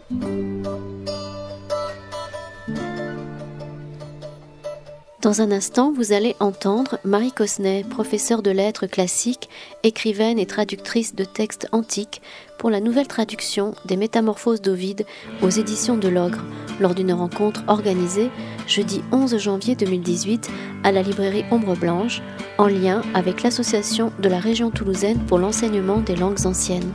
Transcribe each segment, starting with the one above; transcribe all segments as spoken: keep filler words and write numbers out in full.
Dans un instant, vous allez entendre Marie Cosnay, professeure de lettres classiques, écrivaine et traductrice de textes antiques, pour la nouvelle traduction des Métamorphoses d'Ovide aux éditions de l'Ogre, lors d'une rencontre organisée jeudi onze janvier deux mille dix-huit à la librairie Ombre Blanche, en lien avec l'association de la région toulousaine pour l'enseignement des langues anciennes.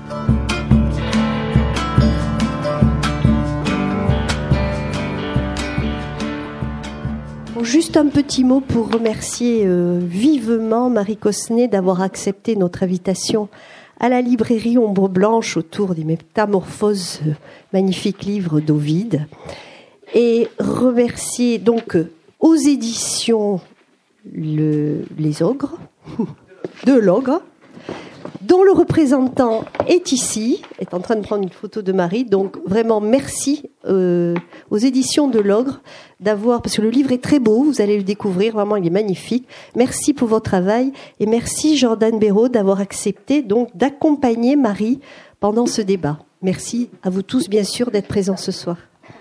Juste un petit mot pour remercier euh, vivement Marie Cosnay d'avoir accepté notre invitation à la librairie Ombre Blanche autour des Métamorphoses, euh, magnifique livre d'Ovide. Et remercier donc euh, aux éditions le, Les Ogres, de l'Ogre, dont le représentant est ici, est en train de prendre une photo de Marie. Donc vraiment merci euh, aux éditions de l'Ogre d'avoir, parce que le livre est très beau, vous allez le découvrir, vraiment il est magnifique. Merci pour votre travail et merci Jordan Béraud d'avoir accepté donc d'accompagner Marie pendant ce débat. Merci à vous tous bien sûr d'être présents ce soir.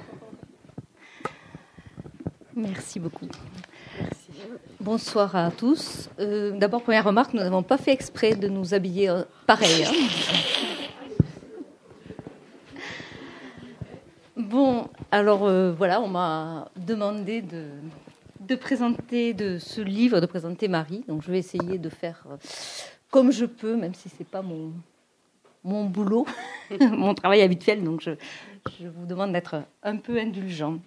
Merci beaucoup. Bonsoir à tous. Euh, d'abord, première remarque, nous n'avons pas fait exprès de nous habiller euh, pareil. Hein. Bon, alors euh, voilà, on m'a demandé de, de présenter de ce livre, de présenter Marie. Donc je vais essayer de faire euh, comme je peux, même si c'est pas mon, mon boulot, mon travail habituel. Donc je, je vous demande d'être un peu indulgent.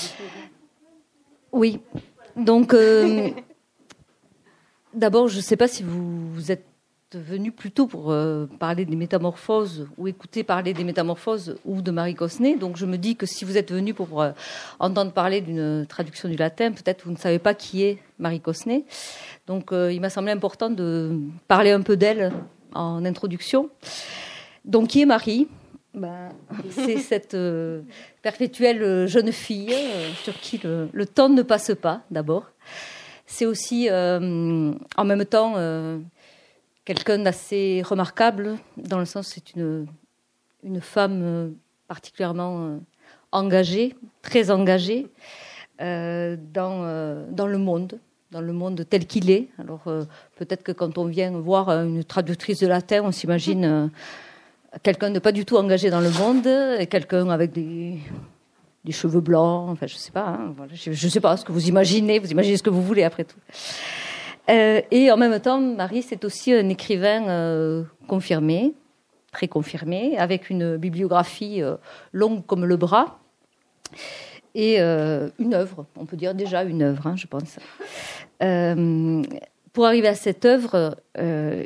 Oui. Donc, euh, d'abord, je ne sais pas si vous, vous êtes venu plutôt pour euh, parler des métamorphoses ou écouter parler des métamorphoses ou de Marie Cosnay. Donc, je me dis que si vous êtes venu pour euh, entendre parler d'une traduction du latin, peut-être vous ne savez pas qui est Marie Cosnay. Donc, euh, il m'a semblé important de parler un peu d'elle en introduction. Donc, qui est Marie ? Ben, c'est cette euh, perpétuelle jeune fille euh, sur qui le, le temps ne passe pas, d'abord. C'est aussi, euh, en même temps, euh, quelqu'un d'assez remarquable, dans le sens c'est une, une femme euh, particulièrement euh, engagée, très engagée euh, dans, euh, dans le monde, dans le monde tel qu'il est. Alors, euh, peut-être que quand on vient voir une traductrice de latin, on s'imagine... Euh, quelqu'un de pas du tout engagé dans le monde, et quelqu'un avec des, des cheveux blancs, enfin je sais pas, hein, voilà, je, je sais pas ce que vous imaginez, vous imaginez ce que vous voulez après tout. Euh, et en même temps, Marie, c'est aussi un écrivain euh, confirmé, très confirmé, avec une bibliographie euh, longue comme le bras, et euh, une œuvre, on peut dire déjà une œuvre, hein, je pense. Euh, pour arriver à cette œuvre, euh,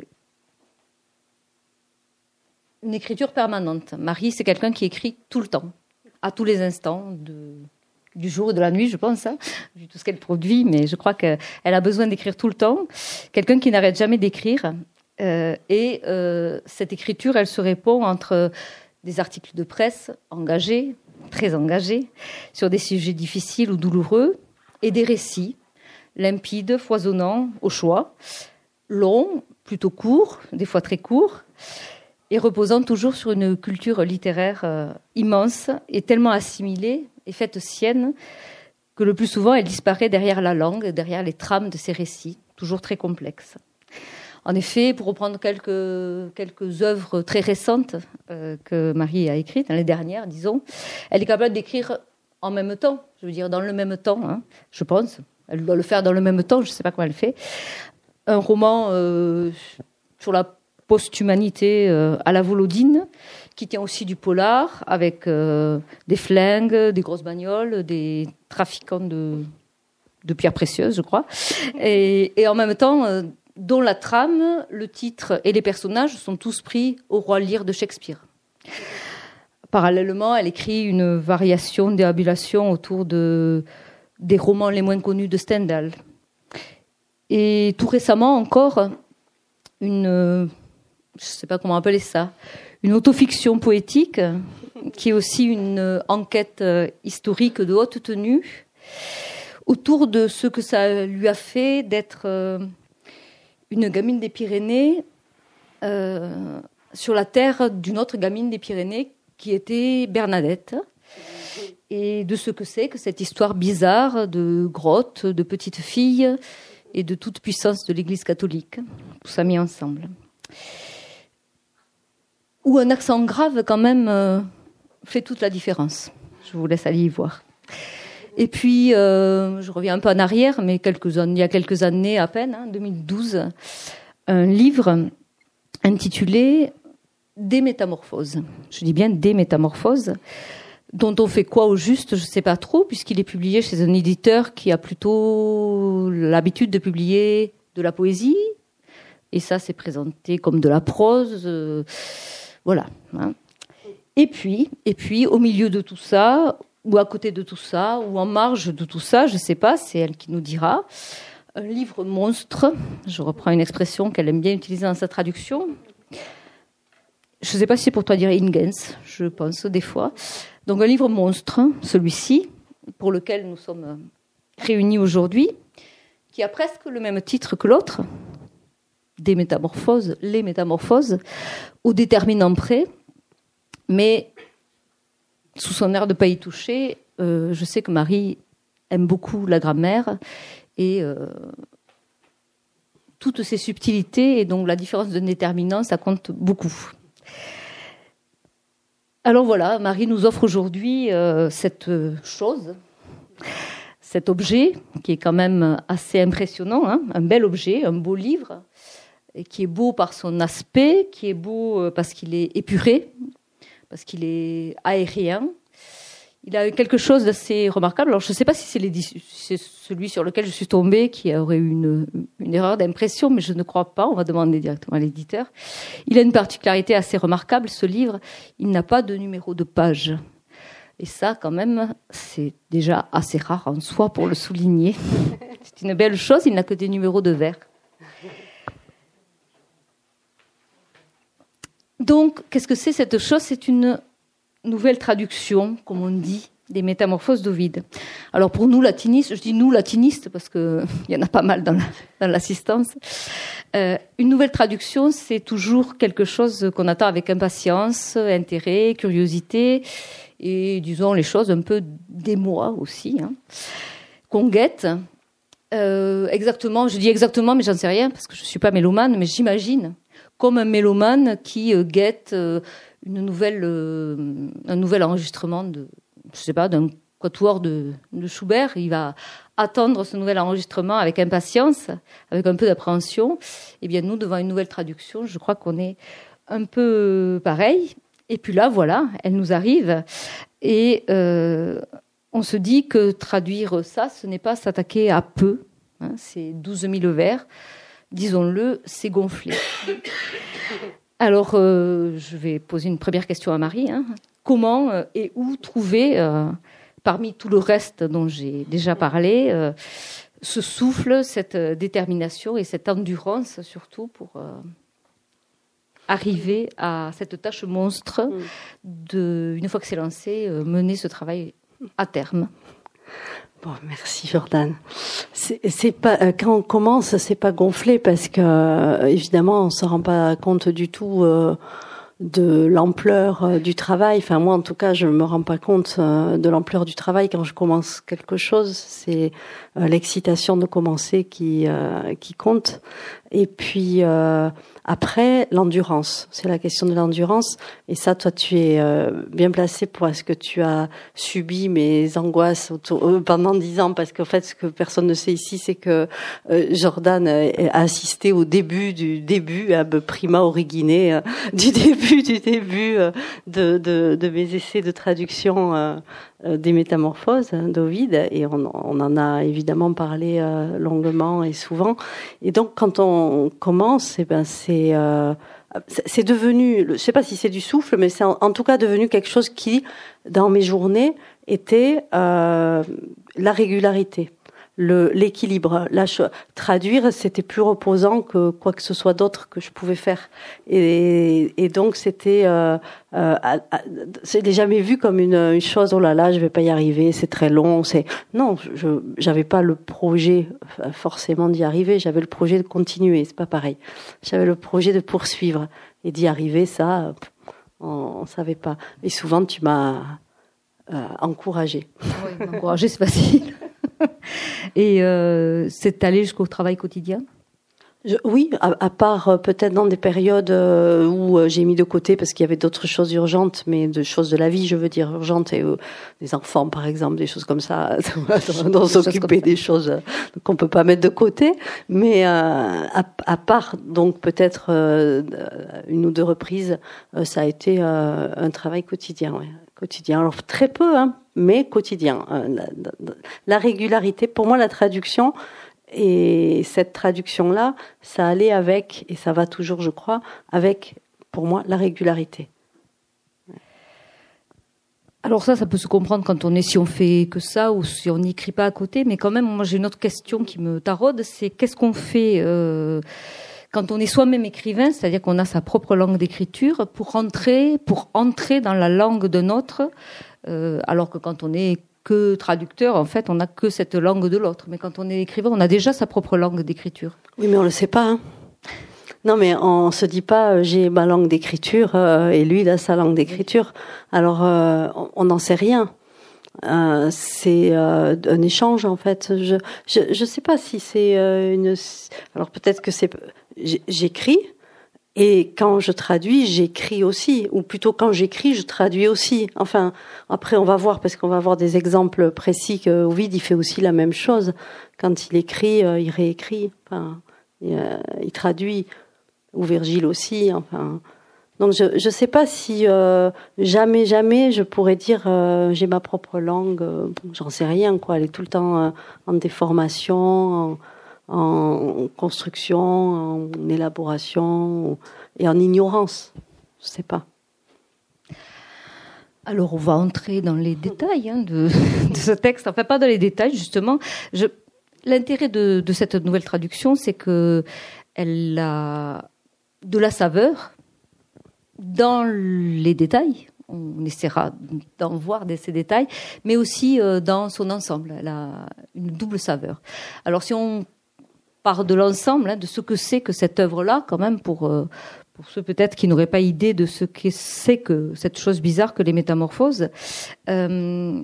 une écriture permanente. Marie, c'est quelqu'un qui écrit tout le temps, à tous les instants de, du jour et de la nuit, je pense, hein, vu tout ce qu'elle produit, mais je crois qu'elle a besoin d'écrire tout le temps. Quelqu'un qui n'arrête jamais d'écrire. Euh, et euh, cette écriture, elle se répond entre des articles de presse engagés, très engagés, sur des sujets difficiles ou douloureux, et des récits limpides, foisonnants, au choix, longs, plutôt courts, des fois très courts, et reposant toujours sur une culture littéraire euh, immense et tellement assimilée et faite sienne que le plus souvent elle disparaît derrière la langue, derrière les trames de ses récits, toujours très complexes. En effet, pour reprendre quelques, quelques œuvres très récentes euh, que Marie a écrites, l'année dernière, disons, elle est capable d'écrire en même temps, je veux dire dans le même temps, hein, je pense. Elle doit le faire dans le même temps, je ne sais pas comment elle fait. Un roman euh, sur la post-humanité euh, à la Volodine, qui tient aussi du polar, avec euh, des flingues, des grosses bagnoles, des trafiquants de, de pierres précieuses, je crois. Et, et en même temps, euh, dont la trame, le titre et les personnages sont tous pris au Roi Lear de Shakespeare. Parallèlement, elle écrit une variation, déambulation autour de, des romans les moins connus de Stendhal. Et tout récemment encore, une... je ne sais pas comment appeler ça, une autofiction poétique, qui est aussi une enquête historique de haute tenue, autour de ce que ça lui a fait d'être une gamine des Pyrénées euh, sur la terre d'une autre gamine des Pyrénées qui était Bernadette, et de ce que c'est que cette histoire bizarre de grotte, de petite fille et de toute puissance de l'Église catholique, tout ça mis ensemble. Où un accent grave quand même euh, fait toute la différence. Je vous laisse aller y voir. Et puis, euh, je reviens un peu en arrière, mais quelques années, il y a quelques années à peine, hein, deux mille douze, un livre intitulé « Des métamorphoses ». Je dis bien « Des métamorphoses », dont on fait quoi au juste, je ne sais pas trop, puisqu'il est publié chez un éditeur qui a plutôt l'habitude de publier de la poésie, et ça, c'est présenté comme de la prose, euh, voilà. Hein. Et puis, et puis, au milieu de tout ça, ou à côté de tout ça, ou en marge de tout ça, je ne sais pas, c'est elle qui nous dira. Un livre monstre, je reprends une expression qu'elle aime bien utiliser dans sa traduction. Je ne sais pas si c'est pour toi dire Ingens, je pense des fois. Donc un livre monstre, celui-ci, pour lequel nous sommes réunis aujourd'hui, qui a presque le même titre que l'autre, Des métamorphoses, les métamorphoses, au déterminant près, mais sous son air de ne pas y toucher, euh, je sais que Marie aime beaucoup la grammaire et euh, toutes ces subtilités, et donc la différence de déterminant, ça compte beaucoup. Alors voilà, Marie nous offre aujourd'hui euh, cette chose, cet objet qui est quand même assez impressionnant, hein, un bel objet, un beau livre, et qui est beau par son aspect, qui est beau parce qu'il est épuré, parce qu'il est aérien. Il a quelque chose d'assez remarquable. Alors, je ne sais pas si c'est, les, c'est celui sur lequel je suis tombée qui aurait eu une, une erreur d'impression, mais je ne crois pas. On va demander directement à l'éditeur. Il a une particularité assez remarquable, ce livre. Il n'a pas de numéro de page. Et ça, quand même, c'est déjà assez rare en soi pour le souligner. C'est une belle chose. Il n'a que des numéros de vers. Donc, qu'est-ce que c'est cette chose ? C'est une nouvelle traduction, comme on dit, des métamorphoses d'Ovide. Alors pour nous latinistes, je dis nous latinistes parce qu'il y en a pas mal dans, la, dans l'assistance, euh, une nouvelle traduction, c'est toujours quelque chose qu'on attend avec impatience, intérêt, curiosité, et disons les choses un peu d'émoi aussi, hein, qu'on guette. Euh, exactement, je dis exactement, mais j'en sais rien parce que je ne suis pas mélomane, mais j'imagine comme un mélomane qui euh, guette euh, une nouvelle, euh, un nouvel enregistrement de, je sais pas, d'un quatuor de, de Schubert. Il va attendre ce nouvel enregistrement avec impatience, avec un peu d'appréhension. Eh bien, nous, devant une nouvelle traduction, je crois qu'on est un peu pareil. Et puis là, voilà, elle nous arrive. Et euh, on se dit que traduire ça, ce n'est pas s'attaquer à peu. Hein, c'est douze mille vers. Disons-le, c'est gonflé. Alors, euh, je vais poser une première question à Marie. Hein. Comment euh, et où trouver, euh, parmi tout le reste dont j'ai déjà parlé, euh, ce souffle, cette détermination et cette endurance, surtout pour euh, arriver à cette tâche monstre de, une fois que c'est lancé, euh, mener ce travail à terme. Bon, merci Jordan. C'est, c'est pas quand on commence, c'est pas gonflé parce que évidemment, on se rend pas compte du tout euh, de l'ampleur du travail. Enfin, moi, en tout cas, je me rends pas compte euh, de l'ampleur du travail quand je commence quelque chose. C'est euh, l'excitation de commencer qui euh, qui compte. Et puis euh, après, l'endurance. C'est la question de l'endurance. Et ça, toi, tu es euh, bien placé pour ce que tu as subi mes angoisses autour, euh, pendant dix ans. Parce qu'en fait, ce que personne ne sait ici, c'est que euh, Jordan a assisté au début du début, à prima origine, euh, du début du début euh, de, de, de mes essais de traduction euh, euh, des métamorphoses hein, d'Ovide. Et on, on en a évidemment parlé euh, longuement et souvent. Et donc, quand on commence, eh ben, c'est, euh, c'est devenu, je ne sais pas si c'est du souffle, mais c'est en, en tout cas devenu quelque chose qui, dans mes journées, était euh, la régularité, le, l'équilibre. La cho- traduire, c'était plus reposant que quoi que ce soit d'autre que je pouvais faire. Et, et donc, c'était, euh, euh, à, à, je l'ai jamais vu comme une, une chose. Oh là là, je vais pas y arriver, c'est très long. C'est non, je, j'avais pas le projet forcément d'y arriver. J'avais le projet de continuer. C'est pas pareil. J'avais le projet de poursuivre et d'y arriver. Ça, On ne savait pas. Et souvent, tu m'as euh, encouragée. Oui, encouragée, c'est facile. Et euh, c'est allé jusqu'au travail quotidien ? Je, oui, à, à part euh, peut-être dans des périodes euh, où euh, j'ai mis de côté parce qu'il y avait d'autres choses urgentes, mais de choses de la vie, je veux dire urgentes, et euh, des enfants par exemple, des choses comme ça, dont s'occuper des choses euh, qu'on peut pas mettre de côté. Mais euh, à, à part donc peut-être euh, une ou deux reprises, euh, ça a été euh, un travail quotidien, ouais, quotidien. Alors très peu, hein, mais quotidien. Euh, la, la, la régularité, pour moi, la traduction. Et cette traduction-là, ça allait avec, et ça va toujours, je crois, avec, pour moi, la régularité. Alors ça, ça peut se comprendre quand on est, si on fait que ça ou si on n'écrit pas à côté. Mais quand même, moi, j'ai une autre question qui me taraude, c'est qu'est-ce qu'on fait euh, quand on est soi-même écrivain, c'est-à-dire qu'on a sa propre langue d'écriture, pour entrer, pour entrer dans la langue d'un autre, euh, alors que quand on est que traducteur, en fait, on n'a que cette langue de l'autre. Mais quand on est écrivain, on a déjà sa propre langue d'écriture. Oui, mais on le sait pas. Hein. Non, mais on se dit pas, euh, j'ai ma langue d'écriture euh, et lui, il a sa langue d'écriture. Alors, euh, on n'en sait rien. Euh, c'est euh, un échange, en fait. Je, je, je sais pas si c'est euh, une. Alors peut-être que c'est. J'écris. Et quand je traduis, j'écris aussi, ou plutôt quand j'écris, je traduis aussi. Enfin, après on va voir, parce qu'on va voir des exemples précis que Ovide, il fait aussi la même chose. Quand il écrit, euh, il réécrit, enfin, il, euh, il traduit, ou Virgile aussi. Enfin, donc je je sais pas si euh, jamais jamais je pourrais dire euh, j'ai ma propre langue. Euh, bon, j'en sais rien, quoi. Elle est tout le temps euh, en déformation. En, en construction, en élaboration et en ignorance. Je ne sais pas. Alors, on va entrer dans les détails hein, de, de ce texte. Enfin, pas dans les détails, justement. Je, l'intérêt de, de cette nouvelle traduction, c'est qu'elle a de la saveur dans les détails. On essaiera d'en voir ces détails, mais aussi dans son ensemble. Elle a une double saveur. Alors, si on part de l'ensemble, hein, de ce que c'est que cette œuvre-là, quand même, pour, euh, pour ceux peut-être qui n'auraient pas idée de ce que c'est que cette chose bizarre que les métamorphoses. Euh,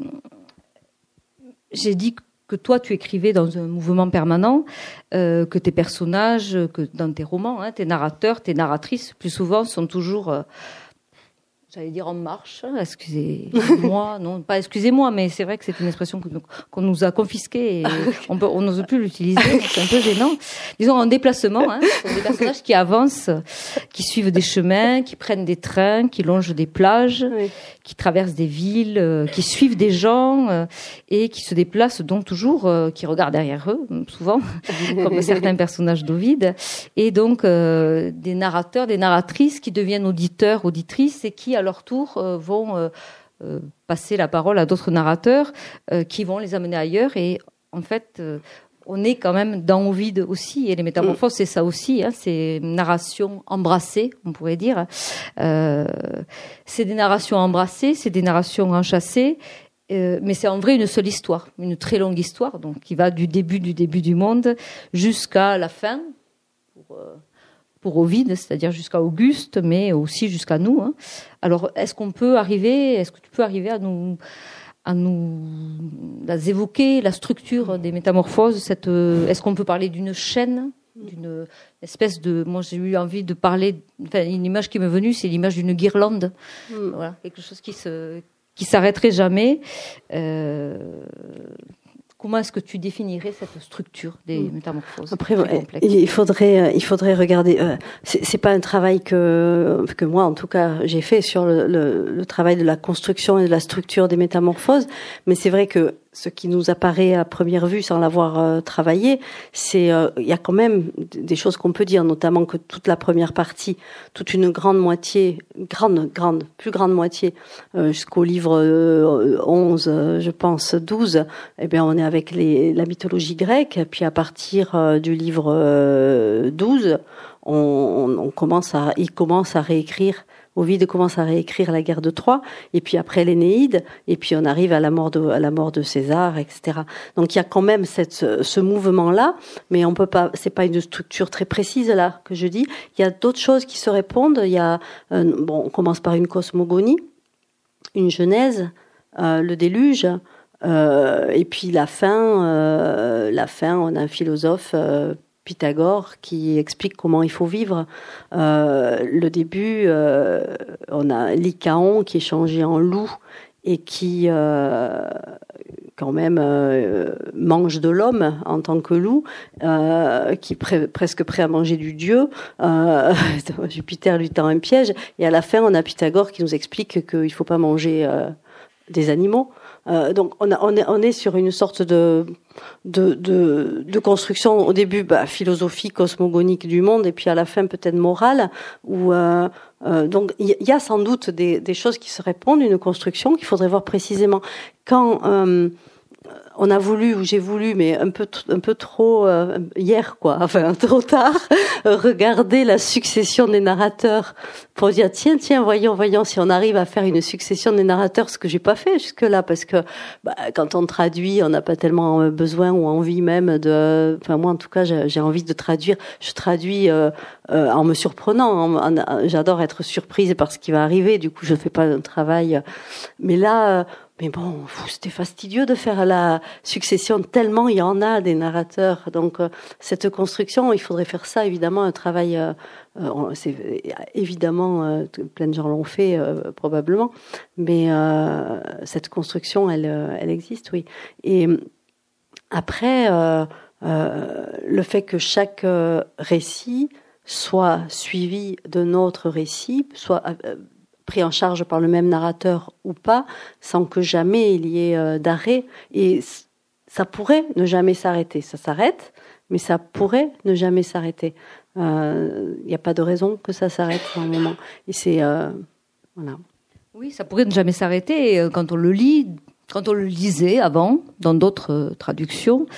j'ai dit que toi, tu écrivais dans un mouvement permanent, euh, que tes personnages, que dans tes romans, hein, tes narrateurs, tes narratrices, plus souvent, sont toujours... Euh, j'allais dire en marche, excusez-moi, non, pas excusez-moi, mais c'est vrai que c'est une expression que, qu'on nous a confisquée et on peut, on n'ose plus l'utiliser, c'est un peu gênant. Disons en déplacement, hein, ce sont des personnages qui avancent, qui suivent des chemins, qui prennent des trains, qui longent des plages, oui. qui traversent des villes, euh, qui suivent des gens euh, et qui se déplacent donc toujours, euh, qui regardent derrière eux, souvent, comme certains personnages d'Ovide, et donc euh, des narrateurs, des narratrices qui deviennent auditeurs, auditrices et qui, à leur tour, euh, vont euh, euh, passer la parole à d'autres narrateurs euh, qui vont les amener ailleurs. Et en fait, euh, on est quand même dans Ovide aussi. Et les métamorphoses, c'est ça aussi. Hein, c'est narration embrassée, on pourrait dire. Euh, c'est des narrations embrassées, c'est des narrations enchâssées. Euh, mais c'est en vrai une seule histoire, une très longue histoire, donc qui va du début du début du monde jusqu'à la fin. Pour, euh, pour Ovide, c'est-à-dire jusqu'à Auguste, mais aussi jusqu'à nous. Hein. Alors, est-ce qu'on peut arriver, est-ce que tu peux arriver à nous, à nous à évoquer la structure des métamorphoses, cette, est-ce qu'on peut parler d'une chaîne, d'une espèce de, moi j'ai eu envie de parler, enfin, une image qui m'est venue, c'est l'image d'une guirlande, mm. voilà, quelque chose qui se, qui s'arrêterait jamais. Euh, Comment est-ce que tu définirais cette structure des métamorphoses? Après, il faudrait, il faudrait regarder. Euh, c'est, c'est pas un travail que que moi, en tout cas, j'ai fait sur le, le, le travail de la construction et de la structure des métamorphoses. Mais c'est vrai que ce qui nous apparaît à première vue, sans l'avoir euh, travaillé, c'est euh, il y a quand même des choses qu'on peut dire, notamment que toute la première partie, toute une grande moitié, grande, grande, plus grande moitié, euh, jusqu'au livre euh, onze, euh, je pense douze, eh bien, on est avec les, la mythologie grecque. Puis à partir euh, du livre euh, douze, on, on commence à, il commence à réécrire Ovide commence à réécrire la guerre de Troie, et puis après l'Énéide, et puis on arrive à la mort de, à la mort de César, et cetera. Donc il y a quand même cette, ce mouvement-là, mais on peut pas, c'est pas une structure très précise là que je dis. Il y a d'autres choses qui se répondent. Il y a, euh, bon, on commence par une cosmogonie, une genèse, euh, le déluge. Euh, et puis la fin, euh, la fin, on a un philosophe, euh, Pythagore, qui explique comment il faut vivre. Euh, le début, euh, on a Lycaon qui est changé en loup et qui, euh, quand même, euh, mange de l'homme en tant que loup, euh, qui est pré- presque prêt à manger du dieu. Euh, Jupiter lui tend un piège. Et à la fin, on a Pythagore qui nous explique qu'il ne faut pas manger euh, des animaux. Euh, donc on, a, on, est, on est sur une sorte de, de, de, de construction au début bah, philosophique, cosmogonique du monde, et puis à la fin peut-être morale, où euh, euh, donc il y, y a sans doute des, des choses qui se répondent, une construction qu'il faudrait voir précisément. Quand euh, on a voulu, ou j'ai voulu, mais un peu, un peu trop euh, hier, quoi, enfin trop tard, regarder la succession des narrateurs pour dire tiens, tiens, voyons, voyons si on arrive à faire une succession des narrateurs, ce que j'ai pas fait jusque-là, parce que bah, quand on traduit, on n'a pas tellement besoin ou envie même de. Enfin moi, en tout cas, j'ai, j'ai envie de traduire. Je traduis euh, euh, en me surprenant. En, en, j'adore être surprise par ce qui va arriver. Du coup, je fais pas un travail. Mais là. Euh, Mais bon, c'était fastidieux de faire la succession, tellement il y en a des narrateurs. Donc, euh, cette construction, il faudrait faire ça, évidemment, un travail, euh, euh, c'est, évidemment, euh, plein de gens l'ont fait, euh, probablement, mais euh, cette construction, elle, elle existe, oui. Et après, euh, euh, le fait que chaque euh, récit soit suivi d'un autre récit, soit... Euh, pris en charge par le même narrateur ou pas, sans que jamais il y ait euh, d'arrêt. Et ça pourrait ne jamais s'arrêter. Ça s'arrête, mais ça pourrait ne jamais s'arrêter. Il euh, n'y a pas de raison que ça s'arrête à un moment. Et c'est... Euh, voilà. Oui, ça pourrait ne jamais s'arrêter. Et quand on le lit, quand on le lisait avant, dans d'autres euh, traductions,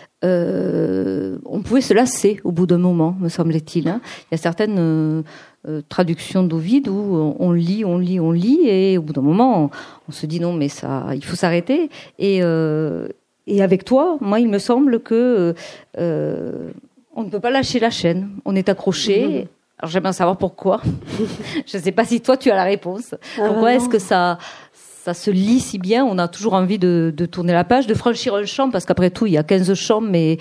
euh, on pouvait se lasser au bout d'un moment, me semble-t-il. Hein. Il y a certaines... Euh, Euh, traduction d'Ovide où on lit, on lit, on lit, et au bout d'un moment, on, on se dit non, mais ça, il faut s'arrêter. Et, euh, et avec toi, moi, il me semble que euh, on ne peut pas lâcher la chaîne. On est accroché. Mmh. Alors j'aimerais savoir pourquoi. Je ne sais pas si toi tu as la réponse. Ah pourquoi bah est-ce que ça ça se lit si bien? On a toujours envie de, de tourner la page, de franchir un champ, parce qu'après tout, il y a quinze champs, mais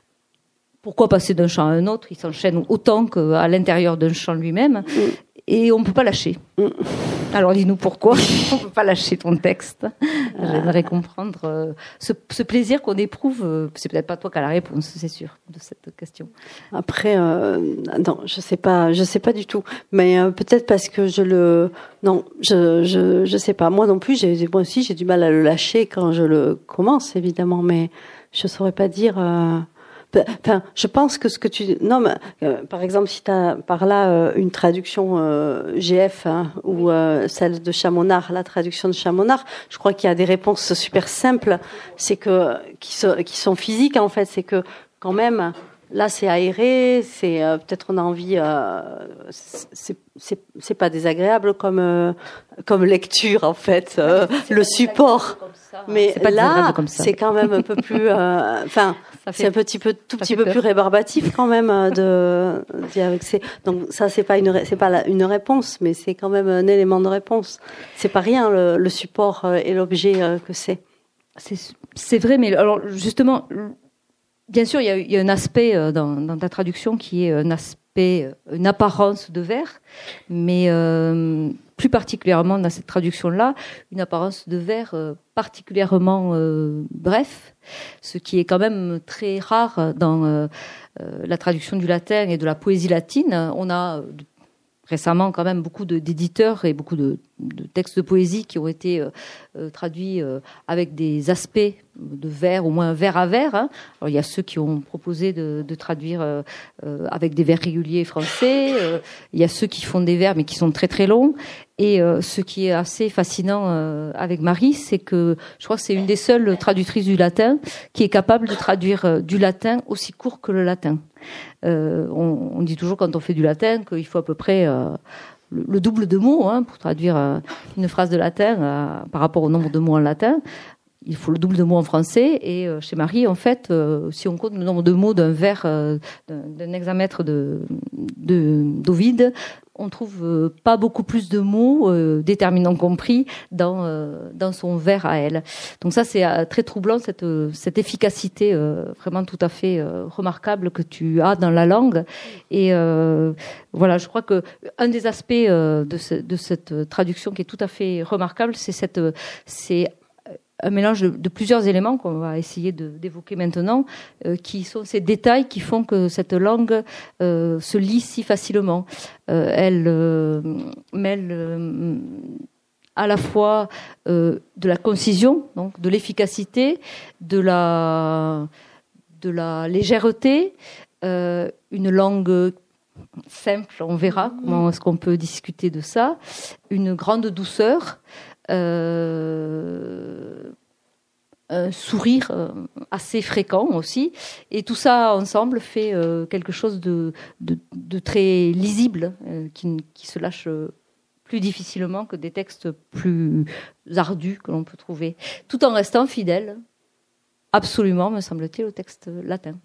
pourquoi passer d'un champ à un autre? Il s'enchaîne autant qu'à l'intérieur d'un champ lui-même. Mm. Et on ne peut pas lâcher. Mm. Alors dis-nous pourquoi on ne peut pas lâcher ton texte. Ah. J'aimerais comprendre euh, ce, ce plaisir qu'on éprouve. Euh, c'est peut-être pas toi qui as la réponse, c'est sûr, de cette question. Après, euh, non, je sais pas, je sais pas du tout. Mais euh, peut-être parce que je le, non, je, je, je sais pas. Moi non plus, j'ai, moi aussi, j'ai du mal à le lâcher quand je le commence, évidemment. Mais je saurais pas dire. Euh, Enfin, je pense que ce que tu... Non, mais, euh, par exemple, si tu as par là euh, une traduction euh, G F hein, ou euh, celle de Chamonard, la traduction de Chamonard, je crois qu'il y a des réponses super simples, c'est que qui, so, qui sont physiques en fait, c'est que quand même... Là, c'est aéré, c'est euh, peut-être on a envie, euh, c'est, c'est c'est pas désagréable comme euh, comme lecture en fait, euh, le support. Ça, mais c'est là, c'est quand même un peu plus, enfin, euh, c'est un petit peu tout petit peu peur. plus rébarbatif quand même de, de avec ces. Donc ça, c'est pas une c'est pas la, une réponse, mais c'est quand même un élément de réponse. C'est pas rien le, le support et l'objet que c'est. C'est c'est vrai, mais alors justement. Bien sûr, il y a, il y a un aspect dans, dans ta traduction qui est un aspect, une apparence de vers, mais euh, plus particulièrement dans cette traduction-là, une apparence de vers euh, particulièrement euh, bref, ce qui est quand même très rare dans euh, la traduction du latin et de la poésie latine. On a récemment quand même beaucoup de, d'éditeurs et beaucoup de, de textes de poésie qui ont été euh, euh, traduits euh, avec des aspects de vers, au moins vers à vers. Hein. Alors, il y a ceux qui ont proposé de, de traduire euh, euh, avec des vers réguliers français. Euh, il y a ceux qui font des vers mais qui sont très très longs. Et euh, ce qui est assez fascinant euh, avec Marie, c'est que je crois que c'est une des seules traductrices du latin qui est capable de traduire euh, du latin aussi court que le latin. Euh, on, on dit toujours quand on fait du latin qu'il faut à peu près euh, le, le double de mots, hein, pour traduire euh, une phrase de latin euh, par rapport au nombre de mots en latin. Il faut le double de mots en français. Et euh, chez Marie, en fait, euh, si on compte le nombre de mots d'un vers, euh, d'un, d'un hexamètre de, de, d'Ovide, on trouve euh, pas beaucoup plus de mots, euh, déterminants compris, dans, euh, dans son vers à elle. Donc ça, c'est euh, très troublant, cette, cette efficacité euh, vraiment tout à fait euh, remarquable que tu as dans la langue. Et euh, voilà, je crois que un des aspects euh, de, ce, de cette traduction qui est tout à fait remarquable, c'est cette... c'est un mélange de, de plusieurs éléments qu'on va essayer de, d'évoquer maintenant, euh, qui sont ces détails qui font que cette langue euh, se lit si facilement. Euh, elle euh, mêle euh, à la fois euh, de la concision, donc de l'efficacité, de la, de la légèreté, euh, une langue simple, on verra comment est-ce qu'on peut discuter de ça, une grande douceur, Euh, un sourire assez fréquent aussi, et tout ça ensemble fait euh, quelque chose de, de, de très lisible, euh, qui, qui se lâche plus difficilement que des textes plus ardus que l'on peut trouver, tout en restant fidèle, absolument, me semble-t-il, au texte latin.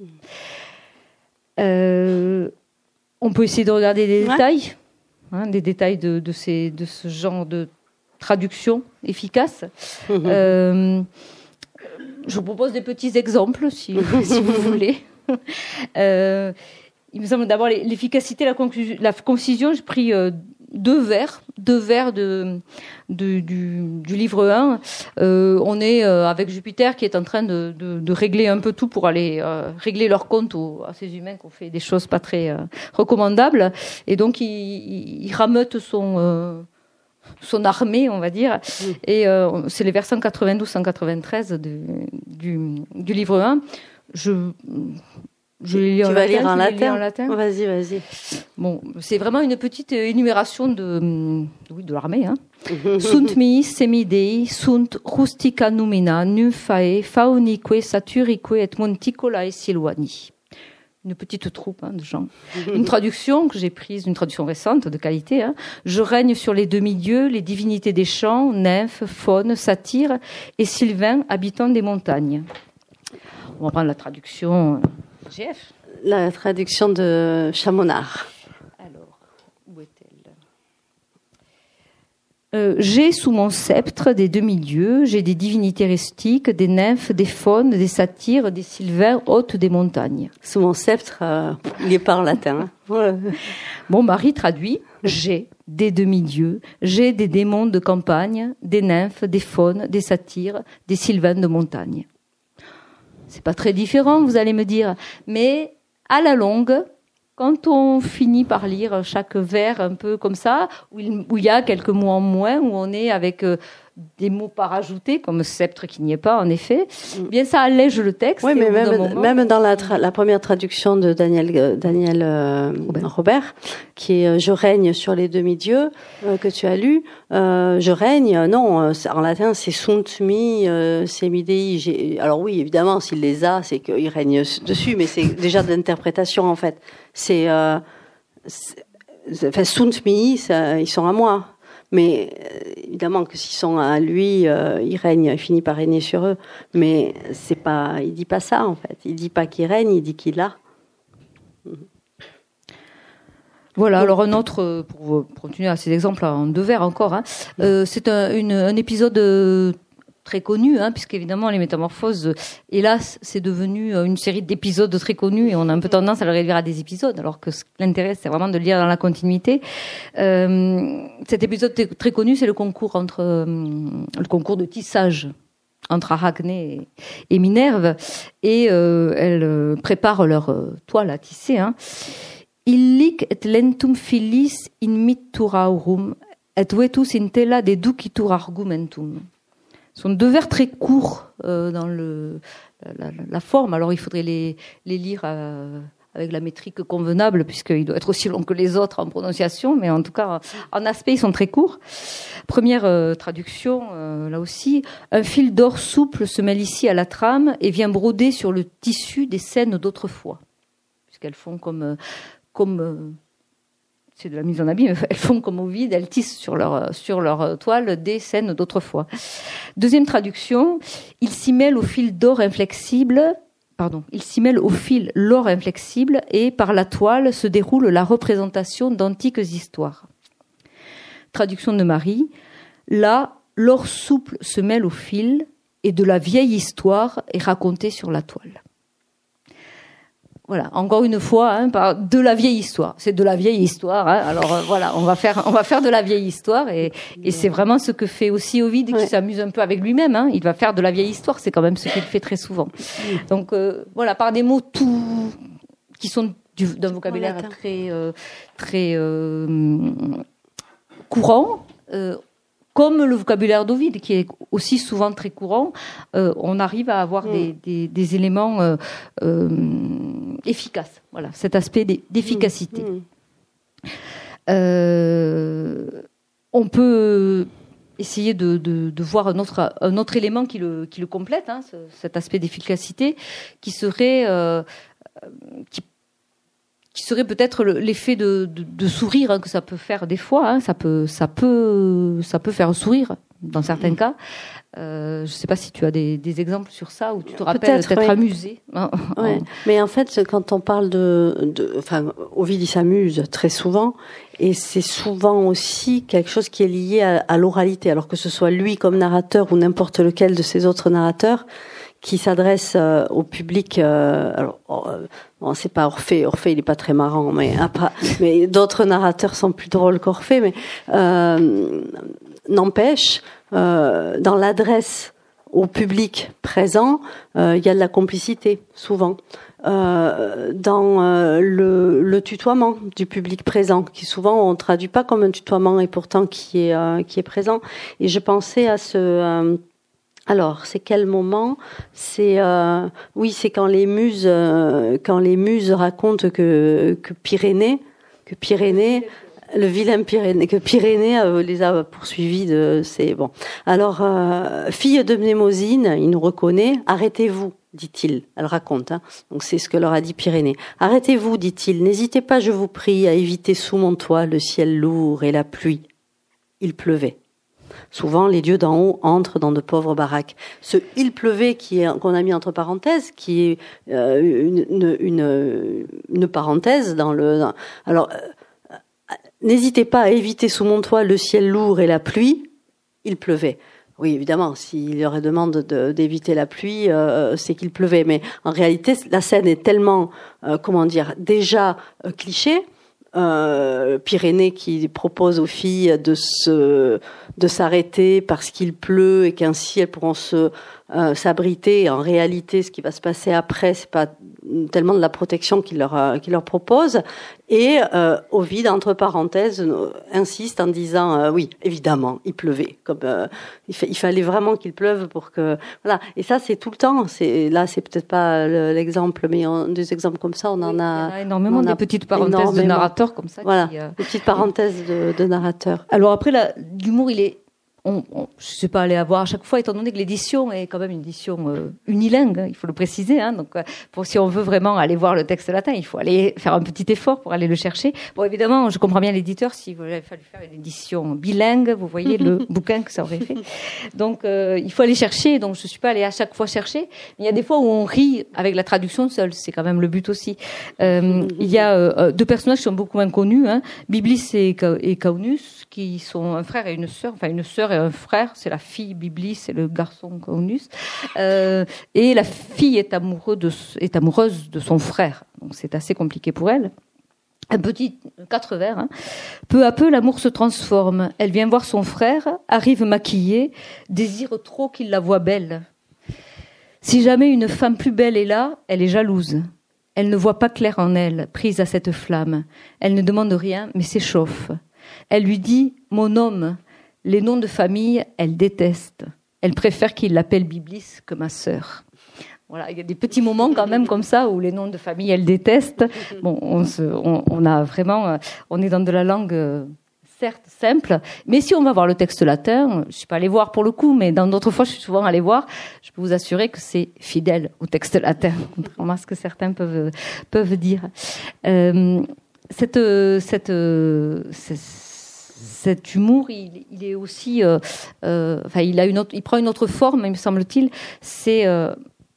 Euh, on peut essayer de regarder des ouais. détails, hein, des détails de, de, ces, de ce genre de traduction efficace. Mmh. Euh, je vous propose des petits exemples, si, si vous voulez. Euh, il me semble d'abord l'efficacité, la, conclusion, la concision. J'ai pris euh, deux vers, deux vers de, de, du, du livre un. Euh, on est euh, avec Jupiter qui est en train de, de, de régler un peu tout pour aller euh, régler leur compte aux, à ces humains qui ont fait des choses pas très euh, recommandables. Et donc, il, il, il rameute son... Euh, son armée, on va dire, mmh. et euh, c'est les versets cent quatre-vingt-douze cent quatre-vingt-treize de, du, du livre un. Je, je les lis en tu vas latin, lire en latin, en latin. Vas-y, vas-y. Bon, c'est vraiment une petite énumération de, oui, de l'armée. Hein. Sunt miis semidei, sunt rustica numina, nymphae, faunique, saturique et monticolae silvani. Une petite troupe hein, de gens. Une traduction que j'ai prise, une traduction récente, de qualité. Hein. Je règne sur les demi-dieux, les divinités des champs, nymphes, faunes, satyres et sylvains, habitants des montagnes. On va prendre la traduction G F. La traduction de Chamonard. Alors, où est-elle ? Euh, j'ai sous mon sceptre des demi-dieux, j'ai des divinités rustiques, des nymphes, des faunes, des satyres, des sylvains, hôtes des montagnes. Sous mon sceptre, euh, il est pas en latin. Hein. Bon, Marie traduit, j'ai des demi-dieux, j'ai des démons de campagne, des nymphes, des faunes, des satyres, des sylvains de montagne. C'est pas très différent, vous allez me dire, mais à la longue, quand on finit par lire chaque vers un peu comme ça, où il, où il y a quelques mots en moins, où on est avec euh, des mots pas rajoutés, comme sceptre qui n'y est pas en effet, mm. bien ça allège le texte. Oui, mais même, moment, même dans la, tra- la première traduction de Daniel, euh, Daniel euh, Robert. Robert, qui est euh, « Je règne sur les demi-dieux euh, » que tu as lu, euh, « Je règne », non, euh, en latin c'est « sunt mi euh, semidei ». J'ai... Alors oui, évidemment, s'il les a, c'est qu'il règne dessus, mais c'est déjà de l'interprétation en fait. C'est, euh, c'est, enfin, sunt mi, ça, ils sont à moi. Mais euh, évidemment que s'ils sont à lui, euh, il règne, il finit par régner sur eux. Mais c'est pas, il dit pas ça en fait. Il dit pas qu'il règne, il dit qu'il a. Voilà. Alors un autre, pour continuer à ces exemples en deux vers encore, hein, euh, c'est un, une, un épisode très connu, hein, puisqu'évidemment les Métamorphoses, hélas, c'est devenu une série d'épisodes très connus et on a un peu tendance à le réduire à des épisodes, alors que l'intérêt c'est vraiment de le lire dans la continuité. Euh, cet épisode très, très connu, c'est le concours entre euh, le concours de tissage entre Arachné et, et Minerve, et euh, elles préparent leur euh, toile à tisser. Hein. Illic et lentum filis in mitturaurum et vetus in tela deducitur argumentum. Ce sont deux vers très courts euh, dans le, la, la, la forme. Alors, il faudrait les, les lire euh, avec la métrique convenable, puisqu'il doit être aussi long que les autres en prononciation, mais en tout cas, en aspect, ils sont très courts. Première euh, traduction, euh, là aussi. Un fil d'or souple se mêle ici à la trame et vient broder sur le tissu des scènes d'autrefois, puisqu'elles font comme... comme euh, c'est de la mise en abîme, elles font comme Ovide, elles tissent sur leur, sur leur toile des scènes d'autrefois. Deuxième traduction, il s'y mêle au fil d'or inflexible, pardon, il s'y mêle au fil l'or inflexible et par la toile se déroule la représentation d'antiques histoires. Traduction de Marie, là, l'or souple se mêle au fil et de la vieille histoire est racontée sur la toile. Voilà, encore une fois, hein, par de la vieille histoire. C'est de la vieille histoire. Hein. Alors euh, voilà, on va faire, on va faire de la vieille histoire, et, et c'est vraiment ce que fait aussi Ovide, ouais. qui s'amuse un peu avec lui-même. Hein. Il va faire de la vieille histoire. C'est quand même ce qu'il fait très souvent. Donc euh, voilà, par des mots tout qui sont du, d'un vocabulaire très, euh, très euh, courant. Euh, Comme le vocabulaire d'Ovide, qui est aussi souvent très courant, euh, on arrive à avoir mmh. des, des, des éléments euh, euh, efficaces. Voilà, cet aspect d'efficacité. Mmh. Euh, on peut essayer de, de, de voir un autre, un autre élément qui le, qui le complète, hein, ce, cet aspect d'efficacité, qui serait... Euh, qui qui serait peut-être l'effet de, de, de sourire hein, que ça peut faire des fois. Hein, ça peut, ça peut, ça peut faire sourire dans certains cas. Euh, je ne sais pas si tu as des, des exemples sur ça ou tu te rappelles peut-être t'être oui. amusé. Ouais. Mais en fait, quand on parle de, de enfin, Ovide il s'amuse très souvent, et c'est souvent aussi quelque chose qui est lié à, à l'oralité. Alors que ce soit lui comme narrateur ou n'importe lequel de ses autres narrateurs, qui s'adresse euh, au public. Euh, alors, euh, bon, c'est pas Orphée. Orphée, il est pas très marrant, mais après, mais d'autres narrateurs sont plus drôles qu'Orphée. Mais euh, n'empêche, euh, dans l'adresse au public présent, euh, il y a de la complicité souvent. Euh, dans euh, le, le tutoiement du public présent, qui souvent on traduit pas comme un tutoiement et pourtant qui est euh, qui est présent. Et je pensais à ce euh, Alors, c'est quel moment ? C'est euh, oui, c'est quand les muses, euh, quand les muses racontent que que Pyrénées, que Pyrénées, le vilain Pyrénées, que Pyrénées euh, les a poursuivis de, c'est bon. Alors, euh, fille de Mnémosyne, il nous reconnaît. Arrêtez-vous, dit-il. Elle raconte. Hein. Donc, c'est ce que leur a dit Pyrénées. Arrêtez-vous, dit-il. N'hésitez pas, je vous prie, à éviter sous mon toit le ciel lourd et la pluie. Il pleuvait. Souvent, les dieux d'en haut entrent dans de pauvres baraques. Ce « il pleuvait » qui est, qu'on a mis entre parenthèses, qui est euh, une, une, une parenthèse dans le... Dans, alors, euh, n'hésitez pas à éviter sous mon toit le ciel lourd et la pluie. Il pleuvait. Oui, évidemment, s'il leur demande de, d'éviter la pluie, euh, c'est qu'il pleuvait. Mais en réalité, la scène est tellement, euh, comment dire, déjà euh, cliché. Euh, Pyrénées qui propose aux filles de se de s'arrêter parce qu'il pleut et qu'ainsi elles pourront se euh, s'abriter. Et en réalité, ce qui va se passer après, c'est pas tellement de la protection qu'il leur euh, qu'il leur propose. Et euh, Ovide, entre parenthèses, euh, insiste en disant euh, oui, évidemment, il pleuvait. Comme euh, il, fa- il fallait vraiment qu'il pleuve pour que voilà. Et ça, c'est tout le temps. C'est là, c'est peut-être pas le, l'exemple, mais on, des exemples comme ça, on en oui, a. Il y en a énormément, des petites parenthèses de narrateurs comme ça. Voilà, qui, euh... des petites parenthèses de, de narrateurs. Alors après, là, l'humour, il est. On, on, je ne suis pas allée avoir à chaque fois, étant donné que l'édition est quand même une édition euh, unilingue, hein, il faut le préciser. Hein, donc, euh, pour, si on veut vraiment aller voir le texte latin, il faut aller faire un petit effort pour aller le chercher. Bon, évidemment, je comprends bien l'éditeur. S'il avait fallu faire une édition bilingue, vous voyez le bouquin que ça aurait fait. Donc, euh, il faut aller chercher. Donc, je ne suis pas allée à chaque fois chercher. Mais il y a des fois où on rit avec la traduction seule. C'est quand même le but aussi. Euh, il y a euh, deux personnages qui sont beaucoup moins connus, hein, Byblis et, et Caunus, qui sont un frère et une sœur, enfin une sœur et un frère, c'est la fille Byblis et le garçon Caunus, euh, et la fille est, amoureux de, est amoureuse de son frère, donc c'est assez compliqué pour elle. Un petit quatre vers. Hein. Peu à peu, l'amour se transforme. Elle vient voir son frère, arrive maquillée, désire trop qu'il la voie belle. Si jamais une femme plus belle est là, elle est jalouse. Elle ne voit pas clair en elle, prise à cette flamme. Elle ne demande rien, mais s'échauffe. Elle lui dit « Mon homme ». Les noms de famille, elle déteste. Elle préfère qu'il l'appelle Byblis que ma sœur. Voilà, il y a des petits moments quand même comme ça où les noms de famille, elle déteste. Bon, on, se, on, on a vraiment, on est dans de la langue euh, certes simple, mais si on va voir le texte latin, je suis pas allée voir pour le coup, mais dans d'autres fois, je suis souvent allée voir. Je peux vous assurer que c'est fidèle au texte latin, contrairement à ce que certains peuvent peuvent dire. Euh, cette, cette, cette, cet humour, il, il est aussi, euh, euh, enfin, il a une autre, il prend une autre forme, me semble-t-il. C'est euh,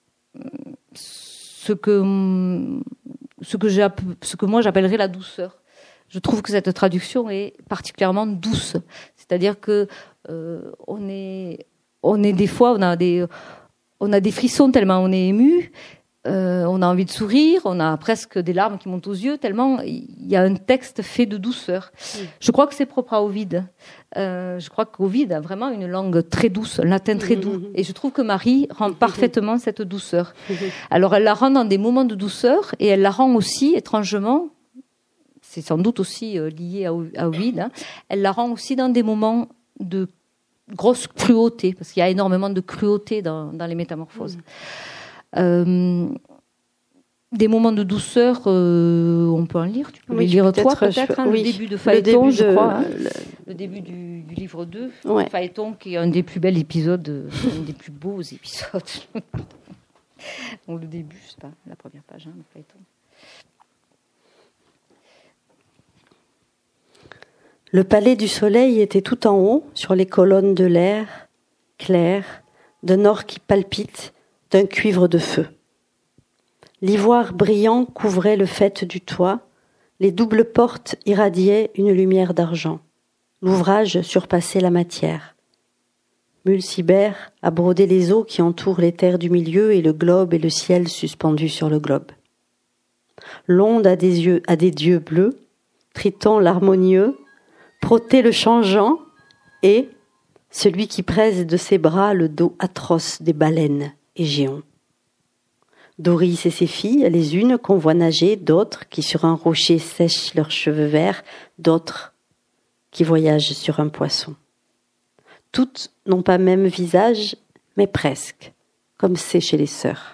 ce que, ce que j'ai, ce que moi j'appellerais la douceur. Je trouve que cette traduction est particulièrement douce. C'est-à-dire que euh, on est, on est des fois, on a des, on a des frissons tellement on est ému. Euh, on a envie de sourire, on a presque des larmes qui montent aux yeux, tellement il y a un texte fait de douceur. Mmh. Je crois que c'est propre à Ovide. Euh, je crois qu'Ovide a vraiment une langue très douce, un latin très doux. Mmh. Et je trouve que Marie rend parfaitement cette douceur. Mmh. Alors elle la rend dans des moments de douceur, et elle la rend aussi, étrangement, c'est sans doute aussi euh, lié à, à Ovide, hein, elle la rend aussi dans des moments de grosse cruauté, parce qu'il y a énormément de cruauté dans, dans les métamorphoses. Mmh. Euh, des moments de douceur, euh, on peut en lire. Tu peux oui, les lire toi, peut-être. Hein, oui. Le début de Phaéton, début je de, crois. Hein, le... le début du, du livre deux. Ouais. Phaéton, qui est un des plus bels épisodes, un des plus beaux épisodes. Donc, le début, je sais pas, la première page, hein, de Phaéton. Le palais du soleil était tout en haut, sur les colonnes de l'air, clair, d'un or qui palpite, d'un cuivre de feu. L'ivoire brillant couvrait le faîte du toit, les doubles portes irradiaient une lumière d'argent. L'ouvrage surpassait la matière. Mulcibert a brodé les eaux qui entourent les terres du milieu et le globe et le ciel suspendu sur le globe. L'onde a des yeux, a des dieux bleus, Triton l'harmonieux, Protée le changeant et celui qui presse de ses bras le dos atroce des baleines et géants. Doris et ses filles, les unes qu'on voit nager, d'autres qui sur un rocher sèchent leurs cheveux verts, d'autres qui voyagent sur un poisson. Toutes n'ont pas même visage, mais presque, comme c'est chez les sœurs.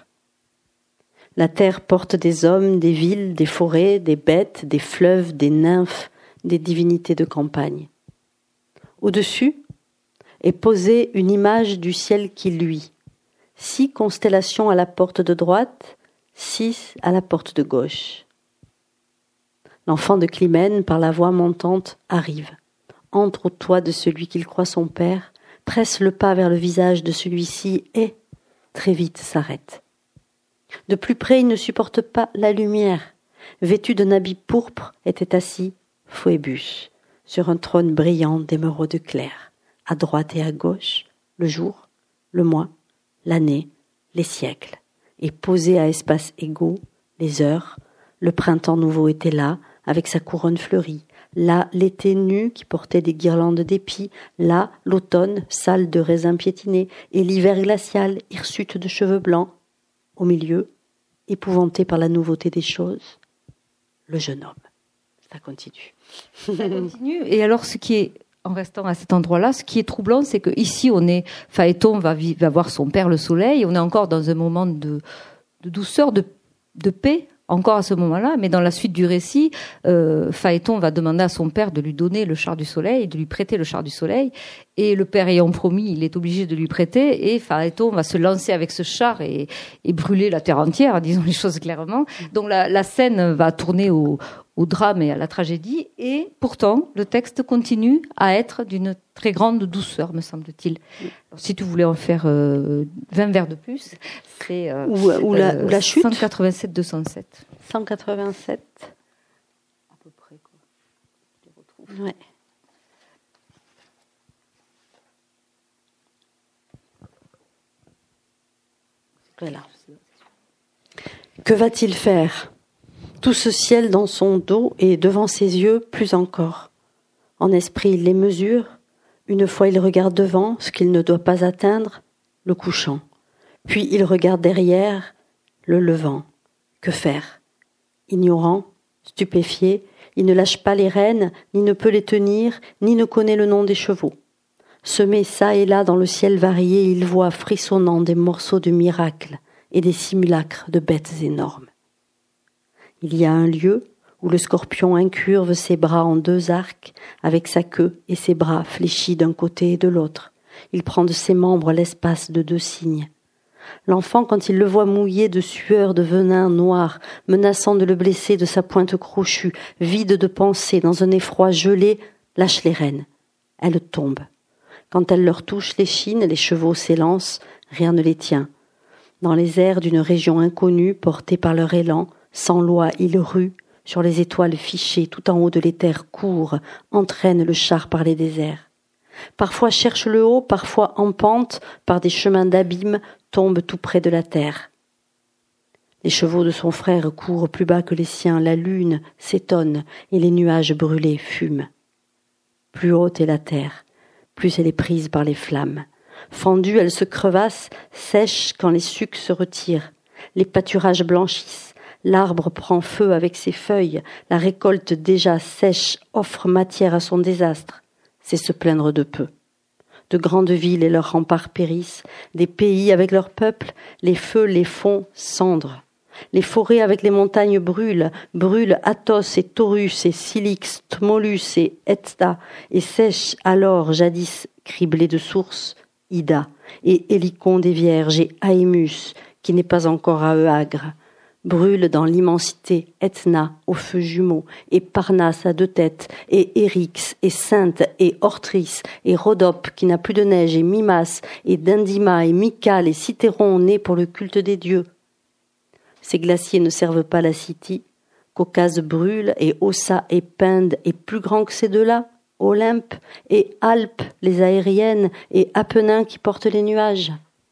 La terre porte des hommes, des villes, des forêts, des bêtes, des fleuves, des nymphes, des divinités de campagne. Au-dessus est posée une image du ciel qui luit. Six constellations à la porte de droite, six à la porte de gauche. L'enfant de Climène, par la voix montante, arrive, entre au toit de celui qu'il croit son père, presse le pas vers le visage de celui-ci et, très vite, s'arrête. De plus près, il ne supporte pas la lumière. Vêtu d'un habit pourpre, était assis Phœbus, sur un trône brillant d'émeraude claire. À droite et à gauche, le jour, le mois, l'année, les siècles, et posés à espaces égaux, les heures, le printemps nouveau était là, avec sa couronne fleurie, là l'été nu qui portait des guirlandes d'épis, là l'automne, sale de raisins piétinés, et l'hiver glacial, hirsute de cheveux blancs. Au milieu, épouvanté par la nouveauté des choses, le jeune homme. Ça continue. Ça continue, et alors ce qui est... En restant à cet endroit-là, ce qui est troublant, c'est que ici, on est Phaéton va, va voir son père le soleil. On est encore dans un moment de, de douceur, de, de paix, encore à ce moment-là. Mais dans la suite du récit, euh, Phaéton va demander à son père de lui donner le char du soleil, de lui prêter le char du soleil. Et le père ayant promis, il est obligé de lui prêter. Et Phaéton va se lancer avec ce char et, et brûler la terre entière, disons les choses clairement. Donc la, la scène va tourner au au drame et à la tragédie, et pourtant, le texte continue à être d'une très grande douceur, me semble-t-il. Alors, si tu voulais en faire euh, vingt vers de plus, c'est euh, ou, ou, la, euh, ou la chute cent quatre-vingt-sept deux cent sept. cent quatre-vingt-sept À peu près, quoi. Je les retrouve. Ouais. Voilà. Que va-t-il faire ? Tout ce ciel dans son dos et devant ses yeux plus encore. En esprit, il les mesure. Une fois, il regarde devant ce qu'il ne doit pas atteindre, le couchant. Puis, il regarde derrière, le levant. Que faire ? Ignorant, stupéfié, il ne lâche pas les rênes, ni ne peut les tenir, ni ne connaît le nom des chevaux. Semé çà et là dans le ciel varié, il voit frissonnant des morceaux de miracles et des simulacres de bêtes énormes. Il y a un lieu où le scorpion incurve ses bras en deux arcs, avec sa queue et ses bras fléchis d'un côté et de l'autre. Il prend de ses membres l'espace de deux signes. L'enfant, quand il le voit mouillé de sueur, de venin noir, menaçant de le blesser de sa pointe crochue, vide de pensée, dans un effroi gelé, lâche les rênes. Elles tombent. Quand elle leur touche l'échine, les chevaux s'élancent, rien ne les tient. Dans les airs d'une région inconnue, portés par leur élan, sans loi, ils ruent, sur les étoiles fichées, tout en haut de l'éther courent, entraînent le char par les déserts. Parfois cherchent le haut, parfois en pente, par des chemins d'abîme, tombent tout près de la terre. Les chevaux de son frère courent plus bas que les siens, la lune s'étonne et les nuages brûlés fument. Plus haute est la terre, plus elle est prise par les flammes. Fendue, elle se crevasse, sèche quand les sucs se retirent. Les pâturages blanchissent, l'arbre prend feu avec ses feuilles, la récolte déjà sèche offre matière à son désastre. C'est se plaindre de peu. De grandes villes et leurs remparts périssent, des pays avec leurs peuples, les feux les font cendres. Les forêts avec les montagnes brûlent, brûlent Athos et Taurus et Cilix, Tmolus et Etna, et sèchent alors, jadis criblés de sources, Ida, et Hélicon des Vierges, et Haemus, qui n'est pas encore à Euagre. Brûle dans l'immensité Etna aux feux jumeaux, et Parnasse à deux têtes, et Eryx, et Sainte, et Orthris, et Rhodope qui n'a plus de neige, et Mimas, et Dindima, et Mycale, et Cithéron nés pour le culte des dieux. Ces glaciers ne servent pas la City, Caucase brûle, et Ossa et Pinde est plus grand que ces deux-là, Olympe, et Alpes, les aériennes, et Apennins qui portent les nuages.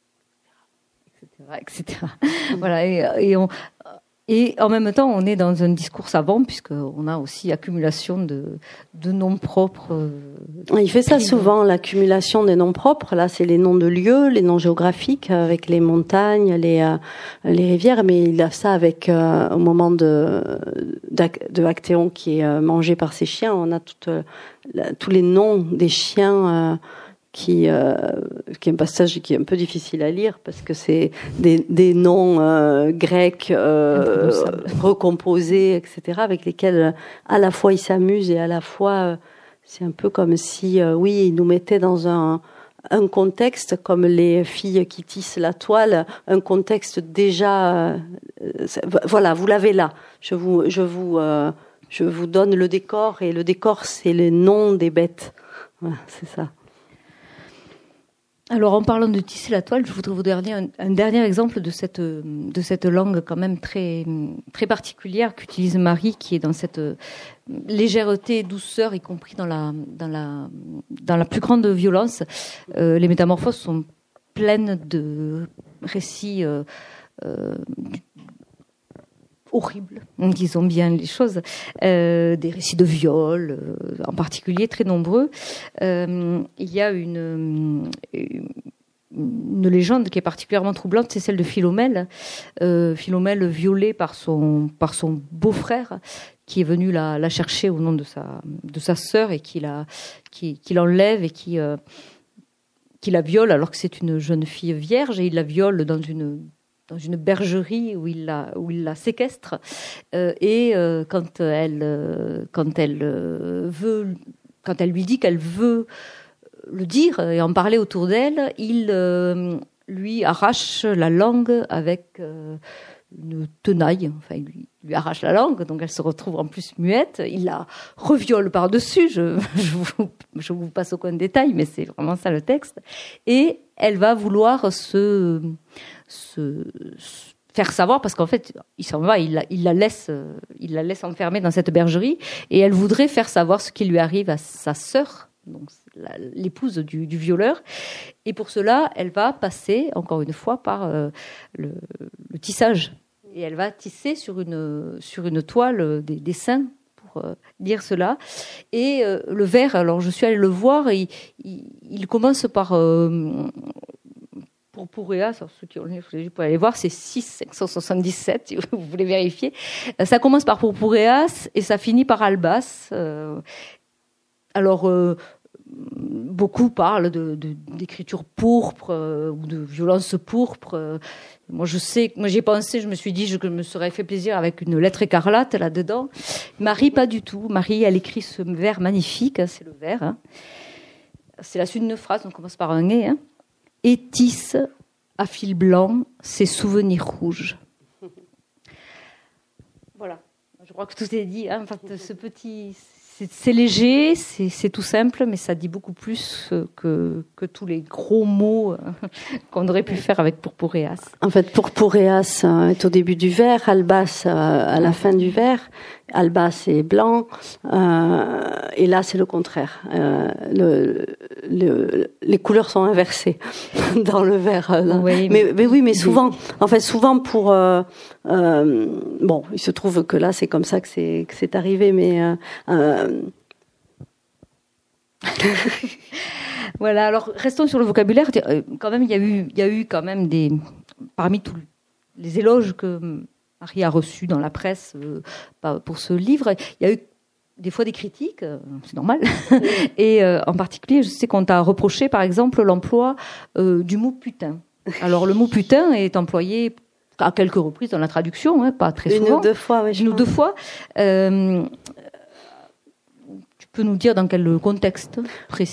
et cetera. Voilà, et, et, on, et en même temps, on est dans un discours savant, puisqu'on a aussi accumulation de, de noms propres. Euh, Il fait ça souvent, l'accumulation des noms propres. Là, c'est les noms de lieux, les noms géographiques, avec les montagnes, les, euh, les rivières, mais il a ça avec, euh, au moment de, de Actéon qui est euh, mangé par ses chiens, on a toute, euh, la, tous les noms des chiens. Euh, Qui, euh, qui est un passage qui est un peu difficile à lire parce que c'est des, des noms euh, grecs euh, recomposés, et cetera, avec lesquels à la fois il s'amuse et à la fois euh, c'est un peu comme si, euh, oui, il nous mettait dans un, un contexte comme les filles qui tissent la toile, un contexte déjà, euh, voilà, vous l'avez là. Je vous, je vous, euh, je vous donne le décor et le décor c'est les noms des bêtes. Voilà, c'est ça. Alors, en parlant de tisser la toile, je voudrais vous donner un, un dernier exemple de cette, de cette langue quand même très, très particulière qu'utilise Marie, qui est dans cette légèreté, douceur, y compris dans la, dans la, dans la plus grande violence. Euh, les métamorphoses sont pleines de récits euh, euh, horribles, disons bien les choses, euh, des récits de viol, euh, en particulier très nombreux. Euh, il y a une, une, une légende qui est particulièrement troublante, c'est celle de Philomèle. Euh, Philomèle violée par son, par son beau-frère, qui est venu la, la chercher au nom de sa, de sa sœur et qui, la, qui, qui l'enlève et qui, euh, qui la viole alors que c'est une jeune fille vierge, et il la viole dans une dans une bergerie où il la, où il la séquestre. Euh, et euh, quand elle, euh, quand elle euh, veut, quand elle lui dit qu'elle veut le dire et en parler autour d'elle, il euh, lui arrache la langue avec euh, une tenaille. Enfin, il lui, lui arrache la langue, donc elle se retrouve en plus muette. Il la reviole par-dessus. Je, je, vous, je vous passe aucun détail, mais c'est vraiment ça le texte. Et elle va vouloir se... Se, se faire savoir, parce qu'en fait il s'en va, il la, il la laisse il la laisse enfermer dans cette bergerie, et elle voudrait faire savoir ce qui lui arrive à sa sœur, donc la, l'épouse du, du violeur, et pour cela elle va passer encore une fois par euh, le, le tissage, et elle va tisser sur une sur une toile des dessins pour euh, dire cela. Et euh, le vers, alors je suis allée le voir, et il, il commence par euh, pour Purpurea, ceux qui ont lu, vous pouvez aller voir, c'est six cinq cent soixante-dix-sept, si vous voulez vérifier. Ça commence par Purpureas et ça finit par Albas. Alors, euh, beaucoup parlent de, de, d'écriture pourpre euh, ou de violence pourpre. Euh, moi, je sais, moi j'ai pensé, je me suis dit, je me serais fait plaisir avec une lettre écarlate là-dedans. Marie, pas du tout. Marie, elle écrit ce vers magnifique, hein, c'est le vers. Hein. C'est la suite d'une phrase, on commence par un « et ». Hein. Et tisse à fil blanc, ses souvenirs rouges. Voilà, je crois que tout est dit. Hein. Enfin, ce petit, c'est, c'est léger, c'est, c'est tout simple, mais ça dit beaucoup plus que, que tous les gros mots qu'on aurait pu faire avec Purpureas. En fait, Purpureas est au début du vers, Albas à la fin du vers. Albas c'est blanc, euh, et là c'est le contraire. Euh, le, le, les couleurs sont inversées dans le vers. Oui, mais, mais, mais oui, mais souvent, en fait, souvent pour euh, euh, bon, il se trouve que là c'est comme ça que c'est que c'est arrivé, mais euh, euh... voilà. Alors restons sur le vocabulaire. Quand même, il y a eu, il y a eu quand même des parmi tous les éloges que Marie a reçu dans la presse euh, pour ce livre. Il y a eu des fois des critiques, euh, c'est normal. Et euh, en particulier, je sais qu'on t'a reproché, par exemple, l'emploi euh, du mot putain. Alors, le mot putain est employé à quelques reprises dans la traduction, hein, pas très souvent. Une ou deux fois, oui. Une ou deux fois. Euh, tu peux nous dire dans quel contexte précis ?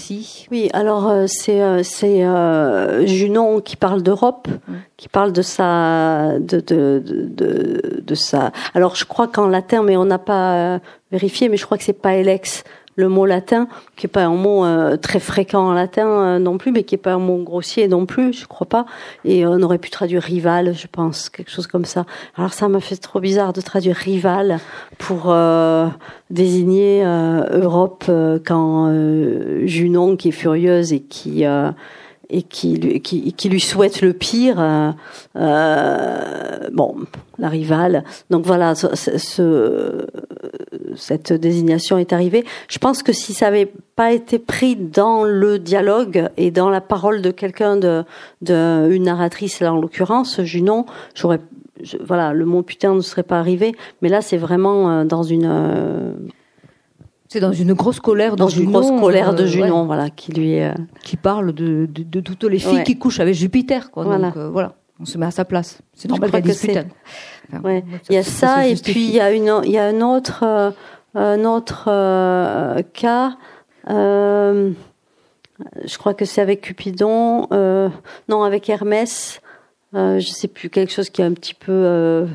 Oui, alors euh, c'est euh, c'est euh, Junon qui parle d'Europe, mmh. qui parle de sa de de de de, de sa. Alors je crois qu'en latin, mais on n'a pas euh, vérifié, mais je crois que c'est pas Elex, le mot latin, qui est pas un mot euh, très fréquent en latin euh, non plus, mais qui est pas un mot grossier non plus, je crois pas. Et on aurait pu traduire rival, je pense, quelque chose comme ça. Alors ça m'a fait trop bizarre de traduire rival pour euh, désigner euh, Europe euh, quand euh, Junon, qui est furieuse et qui euh, et qui lui, qui, qui lui souhaite le pire. Euh, euh, bon, la rivale. Donc voilà, ce, ce, cette désignation est arrivée. Je pense que si ça avait pas été pris dans le dialogue et dans la parole de quelqu'un, de, de une narratrice, là en l'occurrence, Junon, j'aurais, je, voilà, le mot putain ne serait pas arrivé. Mais là, c'est vraiment dans une euh, C'est dans une grosse colère de dans Junon, une grosse colère de Junon, ouais, voilà, qui lui euh... qui parle de, de, de toutes les filles ouais. qui couchent avec Jupiter, quoi. Voilà. Donc euh, voilà, on se met à sa place. C'est normal qu'elle dise putain. Enfin, ouais. Ça, il y a ça, ça et puis il y a une, il y a un autre, euh, un autre euh, cas. Euh, je crois que c'est avec Cupidon, euh, non, avec Hermès. Euh, je sais plus, quelque chose qui est un petit peu. Euh,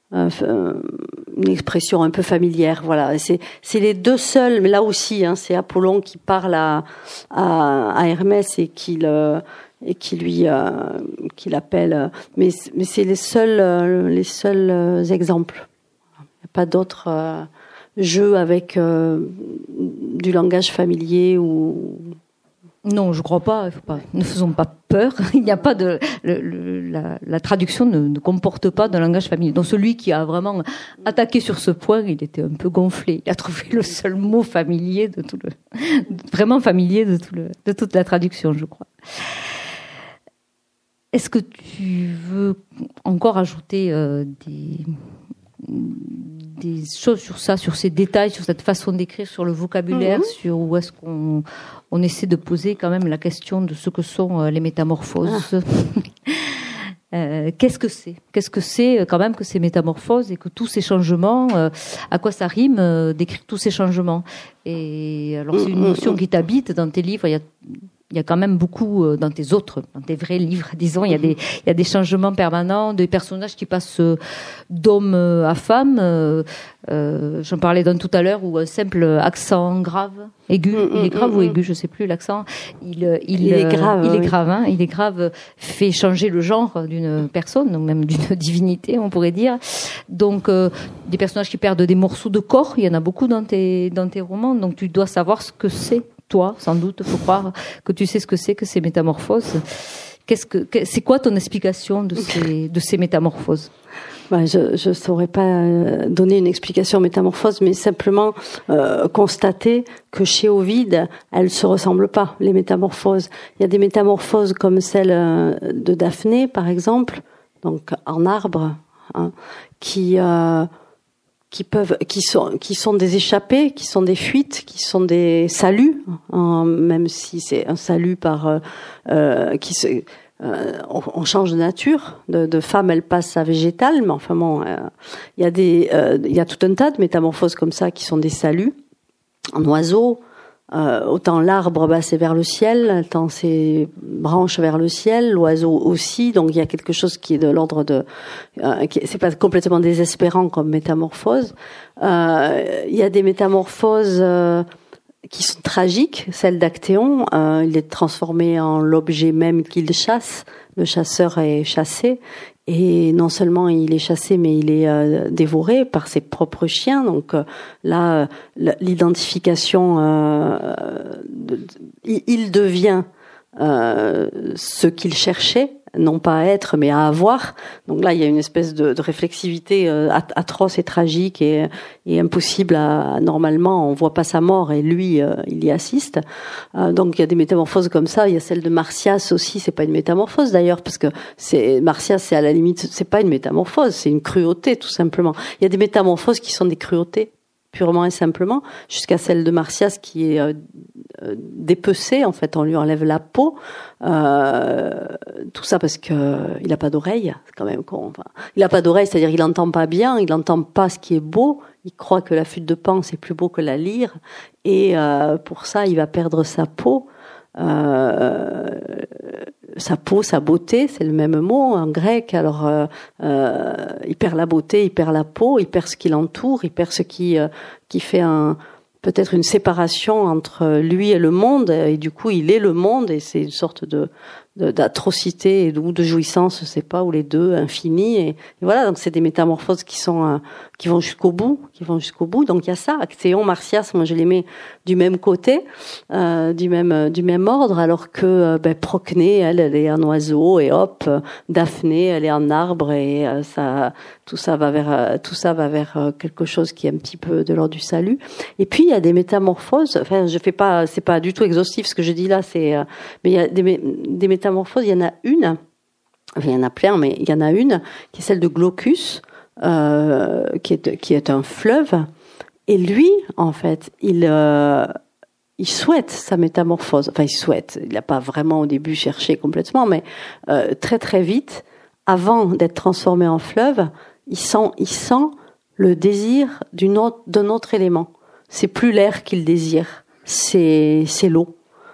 une expression un peu familière, voilà. C'est c'est les deux seuls, mais là aussi, hein, c'est Apollon qui parle à à, à Hermès et qui le et qui lui euh, qui l'appelle. Mais mais c'est les seuls euh, les seuls euh, exemples. Il n'y a pas d'autres euh, jeux avec euh, du langage familier ou. Non, je crois pas. Il faut pas. Ne faisons pas peur. Il n'y a pas de le, le, la, la traduction ne, ne comporte pas de langage familier. Donc celui qui a vraiment attaqué sur ce point, il était un peu gonflé. Il a trouvé le seul mot familier de tout le, vraiment familier de tout le, de toute la traduction, je crois. Est-ce que tu veux encore ajouter euh, des des choses sur ça, sur ces détails, sur cette façon d'écrire, sur le vocabulaire, mmh. sur où est-ce qu'on on essaie de poser quand même la question de ce que sont les métamorphoses. Ah. euh, qu'est-ce que c'est Qu'est-ce que c'est quand même que ces métamorphoses et que tous ces changements, euh, à quoi ça rime euh, d'écrire tous ces changements? Et alors c'est une notion qui t'habite dans tes livres. Il y a Il y a quand même beaucoup dans tes autres, dans tes vrais livres, disons, il y a des, il y a des changements permanents, des personnages qui passent d'homme à femme. Euh, euh, j'en parlais d'un tout à l'heure où un simple accent grave, aigu, mmh, il est grave mmh, ou aigu, je sais plus l'accent. Il, il, il est grave. Il oui. est grave, hein, il est grave, fait changer le genre d'une personne, donc même d'une divinité, on pourrait dire. Donc, euh, des personnages qui perdent des morceaux de corps, il y en a beaucoup dans tes, dans tes romans, donc tu dois savoir ce que c'est. Toi, sans doute, faut croire que tu sais ce que c'est que ces métamorphoses. Qu'est-ce que, c'est quoi ton explication de ces, de ces métamorphoses? Bah, je je saurais pas donner une explication métamorphose, mais simplement euh, constater que chez Ovide, elles se ressemblent pas, les métamorphoses. Il y a des métamorphoses comme celle de Daphné, par exemple, donc en arbre, hein, qui euh, qui peuvent, qui sont, qui sont des échappées, qui sont des fuites, qui sont des saluts, hein, même si c'est un salut par, euh, qui se, euh, on, on change de nature, de, de femme elle passe à végétale, mais enfin bon, il euh, y a des, il euh, y a tout un tas de métamorphoses comme ça qui sont des saluts, en oiseau, Euh, autant l'arbre, bah, c'est vers le ciel, tant ses branches vers le ciel, l'oiseau aussi. Donc il y a quelque chose qui est de l'ordre de, euh, qui, c'est pas complètement désespérant comme métamorphose. Euh, il y a des métamorphoses euh, qui sont tragiques. Celle d'Actéon, euh, il est transformé en l'objet même qu'il chasse. Le chasseur est chassé. Et non seulement il est chassé, mais il est euh, dévoré par ses propres chiens. Donc euh, là, euh, l'identification, euh, de, de, il devient euh, ce qu'il cherchait, non pas à être, mais à avoir. Donc là, il y a une espèce de, de réflexivité euh, atroce et tragique et, et impossible à, normalement. On voit pas sa mort et lui, euh, il y assiste. Euh, donc il y a des métamorphoses comme ça. Il y a celle de Marsyas aussi. C'est pas une métamorphose d'ailleurs, parce que c'est Marsyas, c'est à la limite, c'est pas une métamorphose, c'est une cruauté tout simplement. Il y a des métamorphoses qui sont des cruautés purement et simplement, jusqu'à celle de Marsyas qui est euh, euh, dépecée, en fait, on lui enlève la peau, euh, tout ça parce que euh, il a pas d'oreille, c'est quand même con. Enfin, il a pas d'oreille, c'est-à-dire il entend pas bien, il entend pas ce qui est beau, il croit que la flûte de Pan c'est plus beau que la lyre, et euh, pour ça il va perdre sa peau. Euh, sa peau, sa beauté, c'est le même mot en grec. Alors, euh, euh, il perd la beauté, il perd la peau, il perd ce qui l'entoure, il perd ce qui euh, qui fait un peut-être une séparation entre lui et le monde. Et du coup, il est le monde, et c'est une sorte de, de d'atrocité ou de jouissance, je sais pas, ou les deux, infini. Et, et voilà, donc c'est des métamorphoses qui sont euh, qui vont jusqu'au bout, qui vont jusqu'au bout. Donc il y a ça. Actéon, Marsyas, moi je les mets du même côté, euh, du même du même ordre, alors que euh, ben, Procné, elle, elle est un oiseau, et hop, euh, Daphné, elle est un arbre, et euh, ça, tout ça va vers euh, tout ça va vers euh, quelque chose qui est un petit peu de l'ordre du salut. Et puis il y a des métamorphoses. Enfin, je fais pas, c'est pas du tout exhaustif ce que je dis là, c'est, euh, mais il y a des des métamorphoses. Il y en a une, enfin, il y en a plein, mais il y en a une qui est celle de Glaucus, euh, qui est qui est un fleuve. Et lui, en fait, il euh, il souhaite sa métamorphose. Enfin, il souhaite. Il n'a pas vraiment au début cherché complètement, mais euh, très très vite, avant d'être transformé en fleuve, il sent il sent le désir d'une autre, d'un autre élément. C'est plus l'air qu'il désire, c'est c'est l'eau.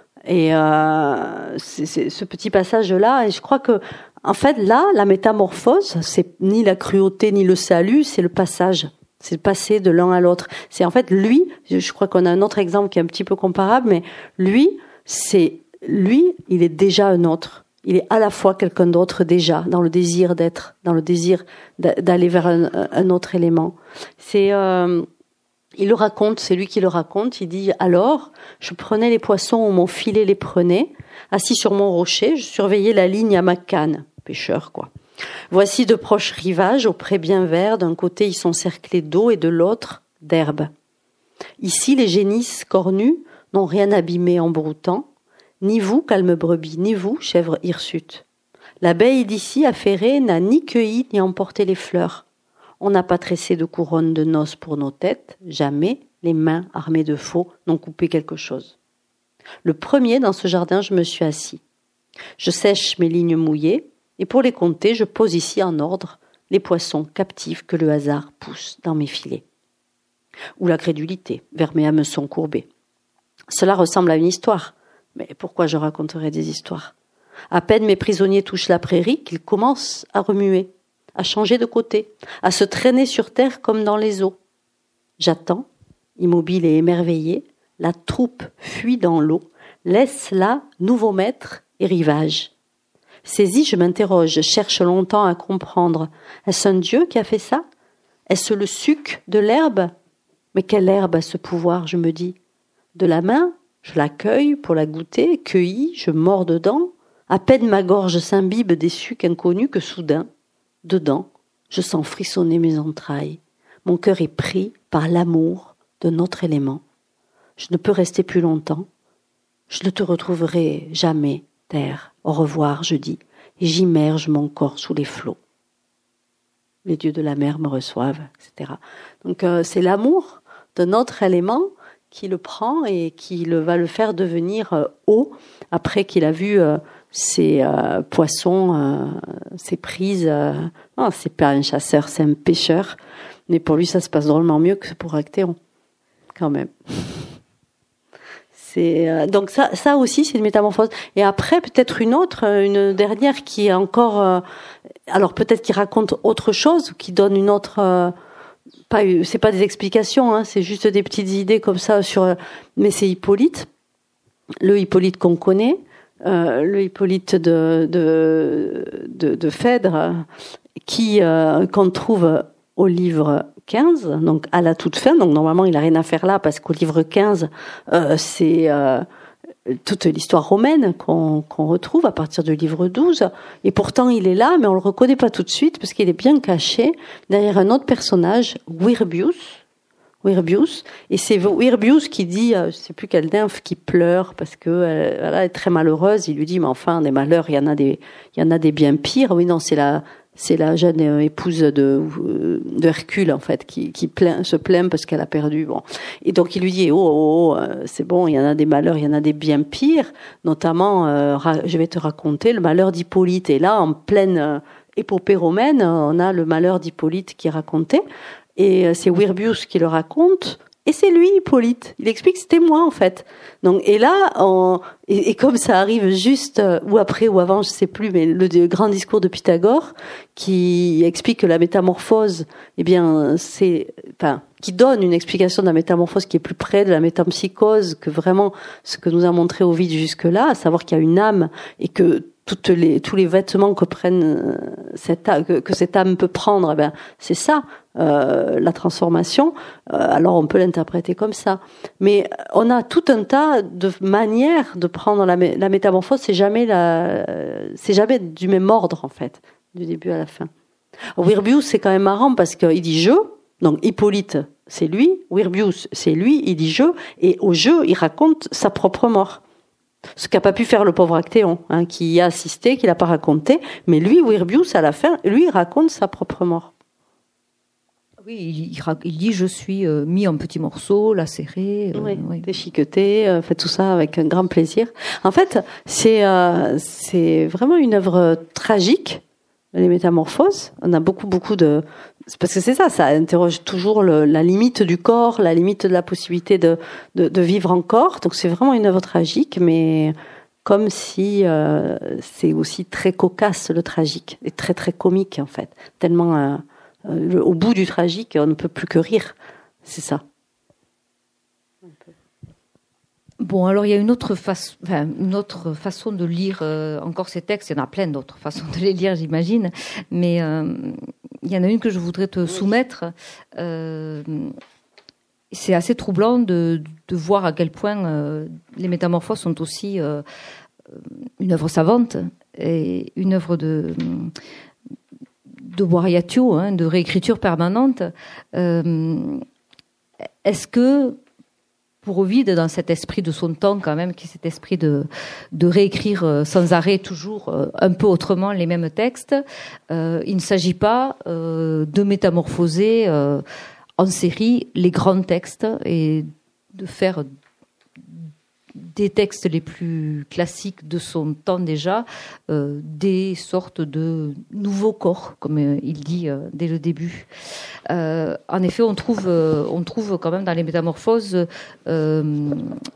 Et euh, c'est, c'est ce petit passage-là, et je crois que, en fait, là, la métamorphose, c'est ni la cruauté ni le salut, c'est le passage. C'est le passer de l'un à l'autre. C'est en fait lui. Je crois qu'on a un autre exemple qui est un petit peu comparable, mais lui, c'est lui, il est déjà un autre. Il est à la fois quelqu'un d'autre déjà, dans le désir d'être, dans le désir d'aller vers un, un autre élément. C'est euh, Il le raconte, c'est lui qui le raconte. Il dit, alors, je prenais les poissons où mon filet les prenait. Assis sur mon rocher, je surveillais la ligne à ma canne. Pêcheur, quoi. Voici de proches rivages, aux prés bien verts. D'un côté, ils sont cerclés d'eau et de l'autre, d'herbe. Ici, les génisses cornues n'ont rien abîmé en broutant. Ni vous, calme brebis, ni vous, chèvre hirsute. L'abeille d'ici, affairée, n'a ni cueilli ni emporté les fleurs. On n'a pas tressé de couronne de noces pour nos têtes, jamais les mains armées de faux n'ont coupé quelque chose. Le premier, dans ce jardin, je me suis assis. Je sèche mes lignes mouillées, et pour les compter, je pose ici en ordre les poissons captifs que le hasard pousse dans mes filets. Ou la crédulité, vers mes hameçons courbés. Cela ressemble à une histoire, mais pourquoi je raconterais des histoires ? À peine mes prisonniers touchent la prairie qu'ils commencent à remuer, à changer de côté, à se traîner sur terre comme dans les eaux. J'attends, immobile et émerveillé, la troupe fuit dans l'eau, laisse là nouveau maître et rivage. Saisi, je m'interroge, je cherche longtemps à comprendre. Est-ce un dieu qui a fait ça ? Est-ce le suc de l'herbe ? Mais quelle herbe a ce pouvoir, je me dis. De la main, je la cueille pour la goûter, cueillie, je mords dedans. À peine ma gorge s'imbibe des sucs inconnus que soudain, dedans, je sens frissonner mes entrailles. Mon cœur est pris par l'amour de notre élément. Je ne peux rester plus longtemps. Je ne te retrouverai jamais, terre. Au revoir, je dis, et j'immerge mon corps sous les flots. Les dieux de la mer me reçoivent, et cetera. Donc euh, c'est l'amour de notre élément qui le prend et qui le, va le faire devenir euh, eau après qu'il a vu euh, ses euh, poissons, euh, ses prises. Euh, non, c'est pas un chasseur, c'est un pêcheur. Mais pour lui, ça se passe drôlement mieux que pour Actéon, quand même. C'est euh, donc ça, ça aussi, c'est une métamorphose. Et après, peut-être une autre, une dernière qui est encore, euh, alors peut-être qui raconte autre chose, qui donne une autre. Euh, pas, c'est pas des explications, hein, c'est juste des petites idées comme ça sur. Mais c'est Hippolyte, le Hippolyte qu'on connaît, euh, le Hippolyte de de de, de Phèdre, qui euh, qu'on trouve au livre quinze, donc à la toute fin. Donc normalement, il a rien à faire là parce qu'au livre quinze, euh, c'est euh, toute l'histoire romaine qu'on, qu'on retrouve à partir du livre douze. Et pourtant, il est là, mais on le reconnaît pas tout de suite parce qu'il est bien caché derrière un autre personnage, Virbius. Virbius. Et c'est Virbius qui dit, euh, je sais plus quelle nymphe, qui pleure parce que euh, voilà, elle est très malheureuse. Il lui dit, mais enfin, des malheurs, il y en a des, il y en a des bien pires. Oui, non, c'est la C'est la jeune épouse de, de Hercule, en fait, qui, qui plaint, se plaint parce qu'elle a perdu. Bon. Et donc, il lui dit, oh, oh, oh, c'est bon, il y en a des malheurs, il y en a des bien pires. Notamment, euh, je vais te raconter le malheur d'Hippolyte. Et là, en pleine euh, épopée romaine, on a le malheur d'Hippolyte qui est raconté. Et euh, c'est Virbius qui le raconte. Et c'est lui, Hippolyte. Il explique que c'était moi, en fait. Donc, et là, on, et, et comme ça arrive juste, ou après ou avant, je sais plus, mais le, le grand discours de Pythagore, qui explique que la métamorphose, eh bien, c'est, enfin, qui donne une explication de la métamorphose qui est plus près de la métampsychose que vraiment ce que nous a montré Ovide jusque-là, à savoir qu'il y a une âme et que toutes les, tous les vêtements que prennent cette âme, que, que cette âme peut prendre, eh ben, c'est ça, euh, la transformation. Euh, alors on peut l'interpréter comme ça. Mais on a tout un tas de manières de prendre la, la métamorphose. C'est jamais la, c'est jamais du même ordre, en fait, du début à la fin. Virbius, c'est quand même marrant parce qu'il dit je, donc Hippolyte, c'est lui, Virbius, c'est lui, il dit je, et au jeu, il raconte sa propre mort. Ce qu'a pas pu faire le pauvre Actéon, hein, qui y a assisté, qui l'a pas raconté, mais lui, Virbius, à la fin, lui, il raconte sa propre mort. Oui, il, il, il dit je suis euh, mis en petits morceaux, lacéré, euh, oui, oui. déchiqueté, euh, fait tout ça avec un grand plaisir. En fait, c'est euh, c'est vraiment une œuvre tragique, les métamorphoses. On a beaucoup beaucoup de parce que c'est ça, ça interroge toujours le, la limite du corps, la limite de la possibilité de, de, de vivre encore. Donc c'est vraiment une œuvre tragique, mais comme si euh, c'est aussi très cocasse le tragique, et très très comique en fait. Tellement euh, euh, le, au bout du tragique, on ne peut plus que rire. C'est ça. Bon, alors il y a une autre, face, enfin, une autre façon de lire euh, encore ces textes. Il y en a plein d'autres façons de les lire, j'imagine. Mais euh, il y en a une que je voudrais te soumettre. Euh, c'est assez troublant de, de voir à quel point euh, les métamorphoses sont aussi euh, une œuvre savante et une œuvre de, de boiariatio, hein, de réécriture permanente. Euh, est-ce que pour Ovide, dans cet esprit de son temps quand même, qui est cet esprit de, de réécrire sans arrêt toujours un peu autrement les mêmes textes, euh, il ne s'agit pas euh, de métamorphoser euh, en série les grands textes et de faire des textes les plus classiques de son temps déjà, euh, des sortes de nouveaux corps, comme euh, il dit euh, dès le début. Euh, en effet, on trouve, euh, on trouve quand même dans les métamorphoses euh,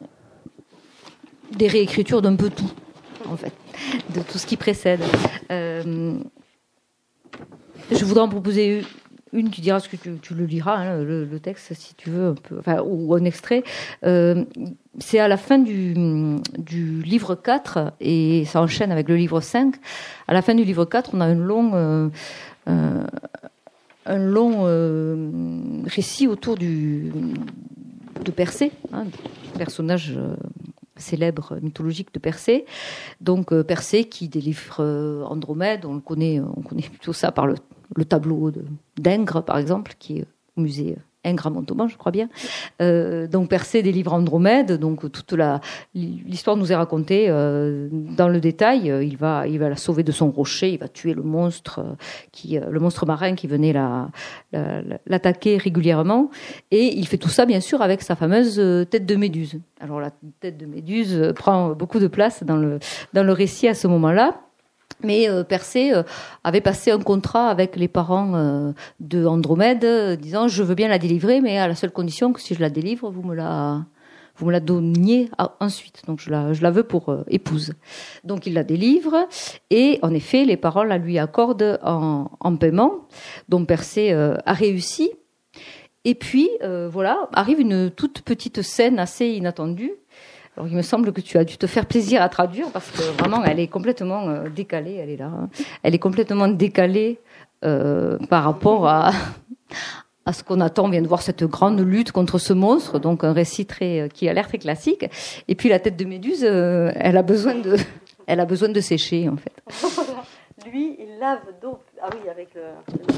des réécritures d'un peu tout, en fait, de tout ce qui précède. Euh, je voudrais en proposer une, tu diras ce que tu, tu le liras, hein, le, le texte, si tu veux, un peu, enfin, ou un extrait. Euh, c'est à la fin du, du livre quatre, et ça enchaîne avec le livre cinq. À la fin du livre quatre, on a un long, euh, euh, un long euh, récit autour du, de Persée, hein, personnage euh, célèbre mythologique de Persée. Donc euh, Persée qui délivre euh, Andromède, on le connaît, on connaît plutôt ça par le le tableau de, d'Ingres, par exemple, qui est au musée Ingres à Montauban, je crois bien. Euh, donc Persée délivre Andromède, donc toute la l'histoire nous est racontée euh, dans le détail. Il va, il va la sauver de son rocher, il va tuer le monstre, qui, le monstre marin qui venait la, la, l'attaquer régulièrement, et il fait tout ça bien sûr avec sa fameuse tête de Méduse. Alors la tête de Méduse prend beaucoup de place dans le dans le récit à ce moment-là. Mais euh, Persée euh, avait passé un contrat avec les parents euh, de Andromède, euh, disant je veux bien la délivrer, mais à la seule condition que si je la délivre, vous me la, vous me la donniez à, ensuite. Donc je la, je la veux pour euh, épouse. Donc il la délivre et en effet les parents la lui accordent en, en paiement. Donc Persée euh, a réussi. Et puis euh, voilà, arrive une toute petite scène assez inattendue. Alors, il me semble que tu as dû te faire plaisir à traduire parce que vraiment, elle est complètement euh, décalée. Elle est là. Hein. Elle est complètement décalée euh, par rapport à, à ce qu'on attend. On vient de voir cette grande lutte contre ce monstre, donc un récit très, qui a l'air très classique. Et puis la tête de Méduse, euh, elle a besoin de, elle a besoin de sécher en fait. Lui, il lave d'eau. Ah oui, avec le.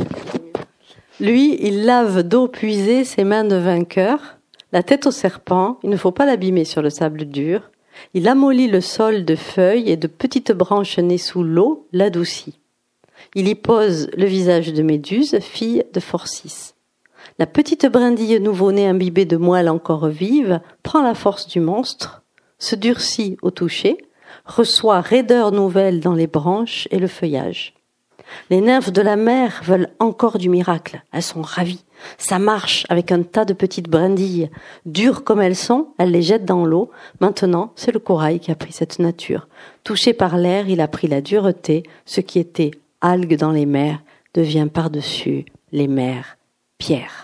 Lui, il lave d'eau puisée ses mains de vainqueur. La tête au serpent, il ne faut pas l'abîmer sur le sable dur. Il amollit le sol de feuilles et de petites branches nées sous l'eau, l'adoucit. Il y pose le visage de Méduse, fille de Phorcys. La petite brindille nouveau-née imbibée de moelle encore vive prend la force du monstre, se durcit au toucher, reçoit raideur nouvelle dans les branches et le feuillage. Les nymphes de la mer veulent encore du miracle. Elles sont ravies. Ça marche avec un tas de petites brindilles. Dures comme elles sont, elles les jettent dans l'eau. Maintenant, c'est le corail qui a pris cette nature. Touché par l'air, il a pris la dureté. Ce qui était algues dans les mers devient par-dessus les mers pierre.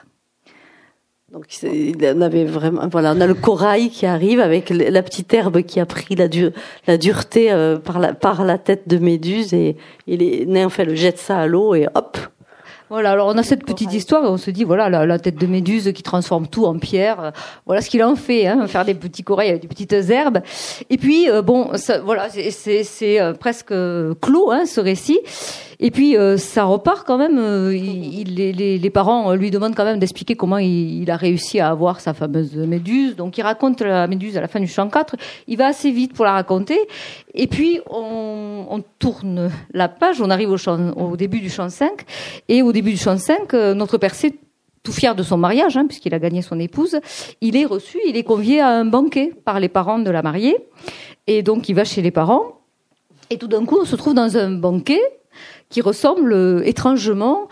Donc, on avait vraiment, voilà, on a le corail qui arrive avec la petite herbe qui a pris la, dur, la dureté euh, par, la, par la tête de Méduse et, et les nymphes le jettent ça à l'eau et hop. Voilà, alors on a cette petite histoire et on se dit, voilà, la, la tête de Méduse qui transforme tout en pierre, voilà ce qu'il en fait, hein, faire des petits corails avec des petites herbes. Et puis, euh, bon, ça, voilà, c'est, c'est, c'est euh, presque clos, hein, ce récit. Et puis, euh, ça repart quand même, euh, il, il, les, les, les parents lui demandent quand même d'expliquer comment il, il a réussi à avoir sa fameuse Méduse. Donc, il raconte la Méduse à la fin du chant quatre. Il va assez vite pour la raconter. Et puis, on, on tourne la page, on arrive au, chant, au début du chant cinq. Et au début du chant cinq, notre Persée, tout fier de son mariage, hein, puisqu'il a gagné son épouse, il est reçu, il est convié à un banquet par les parents de la mariée. Et donc, il va chez les parents. Et tout d'un coup, on se trouve dans un banquet qui ressemble euh, étrangement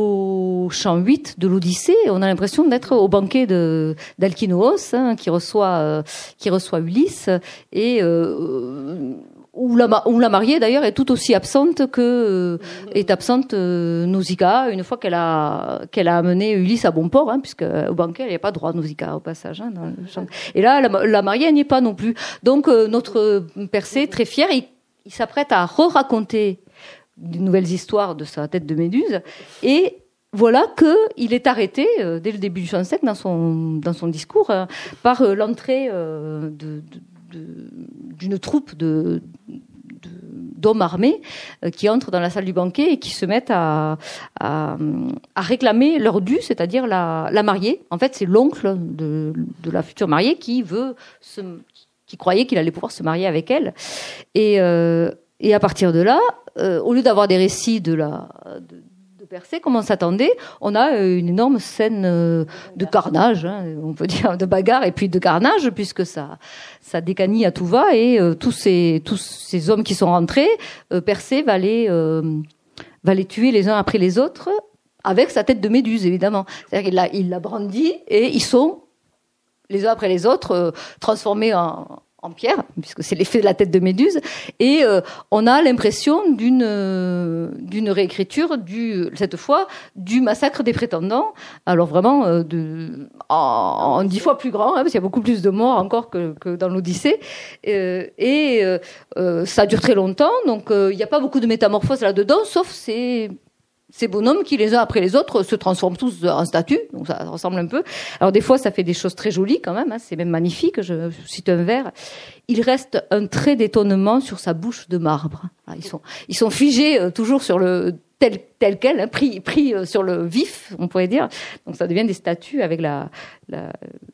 au chant huit de l'Odyssée. On a l'impression d'être au banquet de, d'Alkinoos, hein, qui reçoit, euh, qui reçoit Ulysse, et euh, où, la, où la mariée d'ailleurs est tout aussi absente que euh, est absente euh, Nausicaa, une fois qu'elle a, qu'elle a amené Ulysse à bon port, hein, puisque au banquet elle n'y a pas droit, Nausicaa, au passage. Hein, dans le chant. Et là, la, la mariée elle n'y est pas non plus. Donc euh, notre Persée, très fier, il, il s'apprête à re-raconter des nouvelles histoires de sa tête de Méduse, et voilà qu'il est arrêté euh, dès le début du chant cinq dans son, dans son discours euh, par euh, l'entrée euh, de, de, de, d'une troupe de, de, d'hommes armés euh, qui entrent dans la salle du banquet et qui se mettent à, à, à réclamer leur dû, c'est-à-dire la, la mariée. En fait, c'est l'oncle de, de la future mariée qui veut se, qui croyait qu'il allait pouvoir se marier avec elle, et euh, Et à partir de là, euh, au lieu d'avoir des récits de la de, de Persée, comme on s'attendait, on a une énorme scène euh, de carnage, hein, on peut dire de bagarre et puis de carnage, puisque ça ça décanille à tout va, et euh, tous ces tous ces hommes qui sont rentrés, euh, Persée va les euh, va les tuer les uns après les autres avec sa tête de Méduse, évidemment. C'est-à-dire qu'il l'a il l'a brandie et ils sont les uns après les autres euh, transformés en en pierre, puisque c'est l'effet de la tête de Méduse, et euh, on a l'impression d'une euh, d'une réécriture du cette fois du massacre des prétendants. Alors vraiment euh, de en, en dix fois plus grand, hein, parce qu'il y a beaucoup plus de morts encore que, que dans l'Odyssée, euh, et euh, euh, ça dure très longtemps. Donc euh, il n'y a pas beaucoup de métamorphoses là-dedans, sauf ces ces bonhommes qui, les uns après les autres, se transforment tous en statues, donc ça ressemble un peu. Alors des fois, ça fait des choses très jolies quand même, hein, c'est même magnifique, je, je cite un vers. Il reste un trait d'étonnement sur sa bouche de marbre. Alors, ils sont, ils sont figés euh, toujours sur le tel, tel quel, hein, pris, pris euh, sur le vif, on pourrait dire. Donc ça devient des statues avec la, la,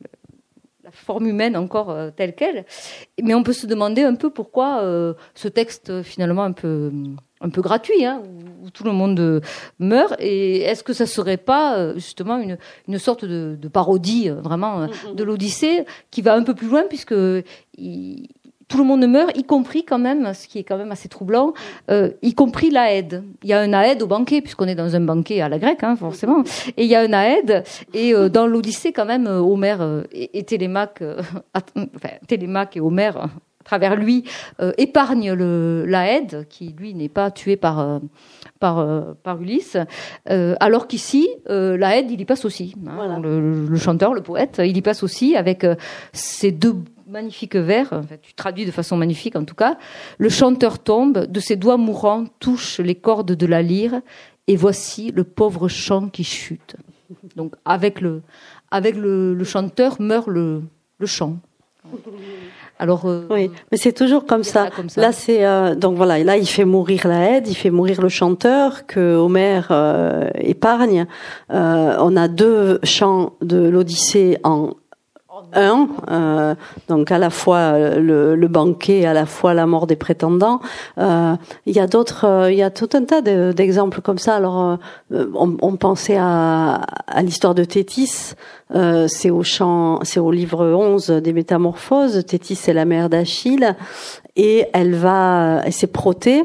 la forme humaine encore euh, telle quelle. Mais on peut se demander un peu pourquoi euh, ce texte finalement un peu un peu gratuit, hein, où, où tout le monde meurt, et est-ce que ça serait pas justement une une sorte de, de parodie vraiment de l'Odyssée qui va un peu plus loin, puisque il, tout le monde meurt, y compris quand même, ce qui est quand même assez troublant, euh, y compris l'Aède. Il y a un Aède au banquet, puisqu'on est dans un banquet à la grecque, hein, forcément. Et il y a un Aède, et euh, dans l'Odyssée, quand même, euh, Homère euh, et, et Télémaque, euh, enfin, Télémaque et Homère, à travers lui, euh, épargnent le, l'Aède, qui, lui, n'est pas tué par, euh, par, euh, par Ulysse, euh, alors qu'ici, euh, l'Aède, il y passe aussi. Hein, voilà. le, le chanteur, le poète, il y passe aussi avec euh, ces deux magnifique vers, enfin, tu traduis de façon magnifique en tout cas. Le chanteur tombe, de ses doigts mourants touche les cordes de la lyre, et voici le pauvre chant qui chute. Donc avec le, avec le, le chanteur meurt le, le chant. Alors euh, oui, mais c'est toujours comme ça. ça, comme ça. Là, c'est euh, donc voilà. Là, il fait mourir l'Aède, il fait mourir le chanteur que Homère euh, épargne. Euh, on a deux chants de l'Odyssée en un, euh, donc à la fois le, le banquet, à la fois la mort des prétendants. Euh, il y a d'autres, euh, il y a tout un tas de, d'exemples comme ça. Alors, euh, on, on pensait à, à l'histoire de Thétis. Euh, c'est au chant, c'est au livre onze des Métamorphoses. Thétis, c'est la mère d'Achille, et elle va, elle s'est Protée.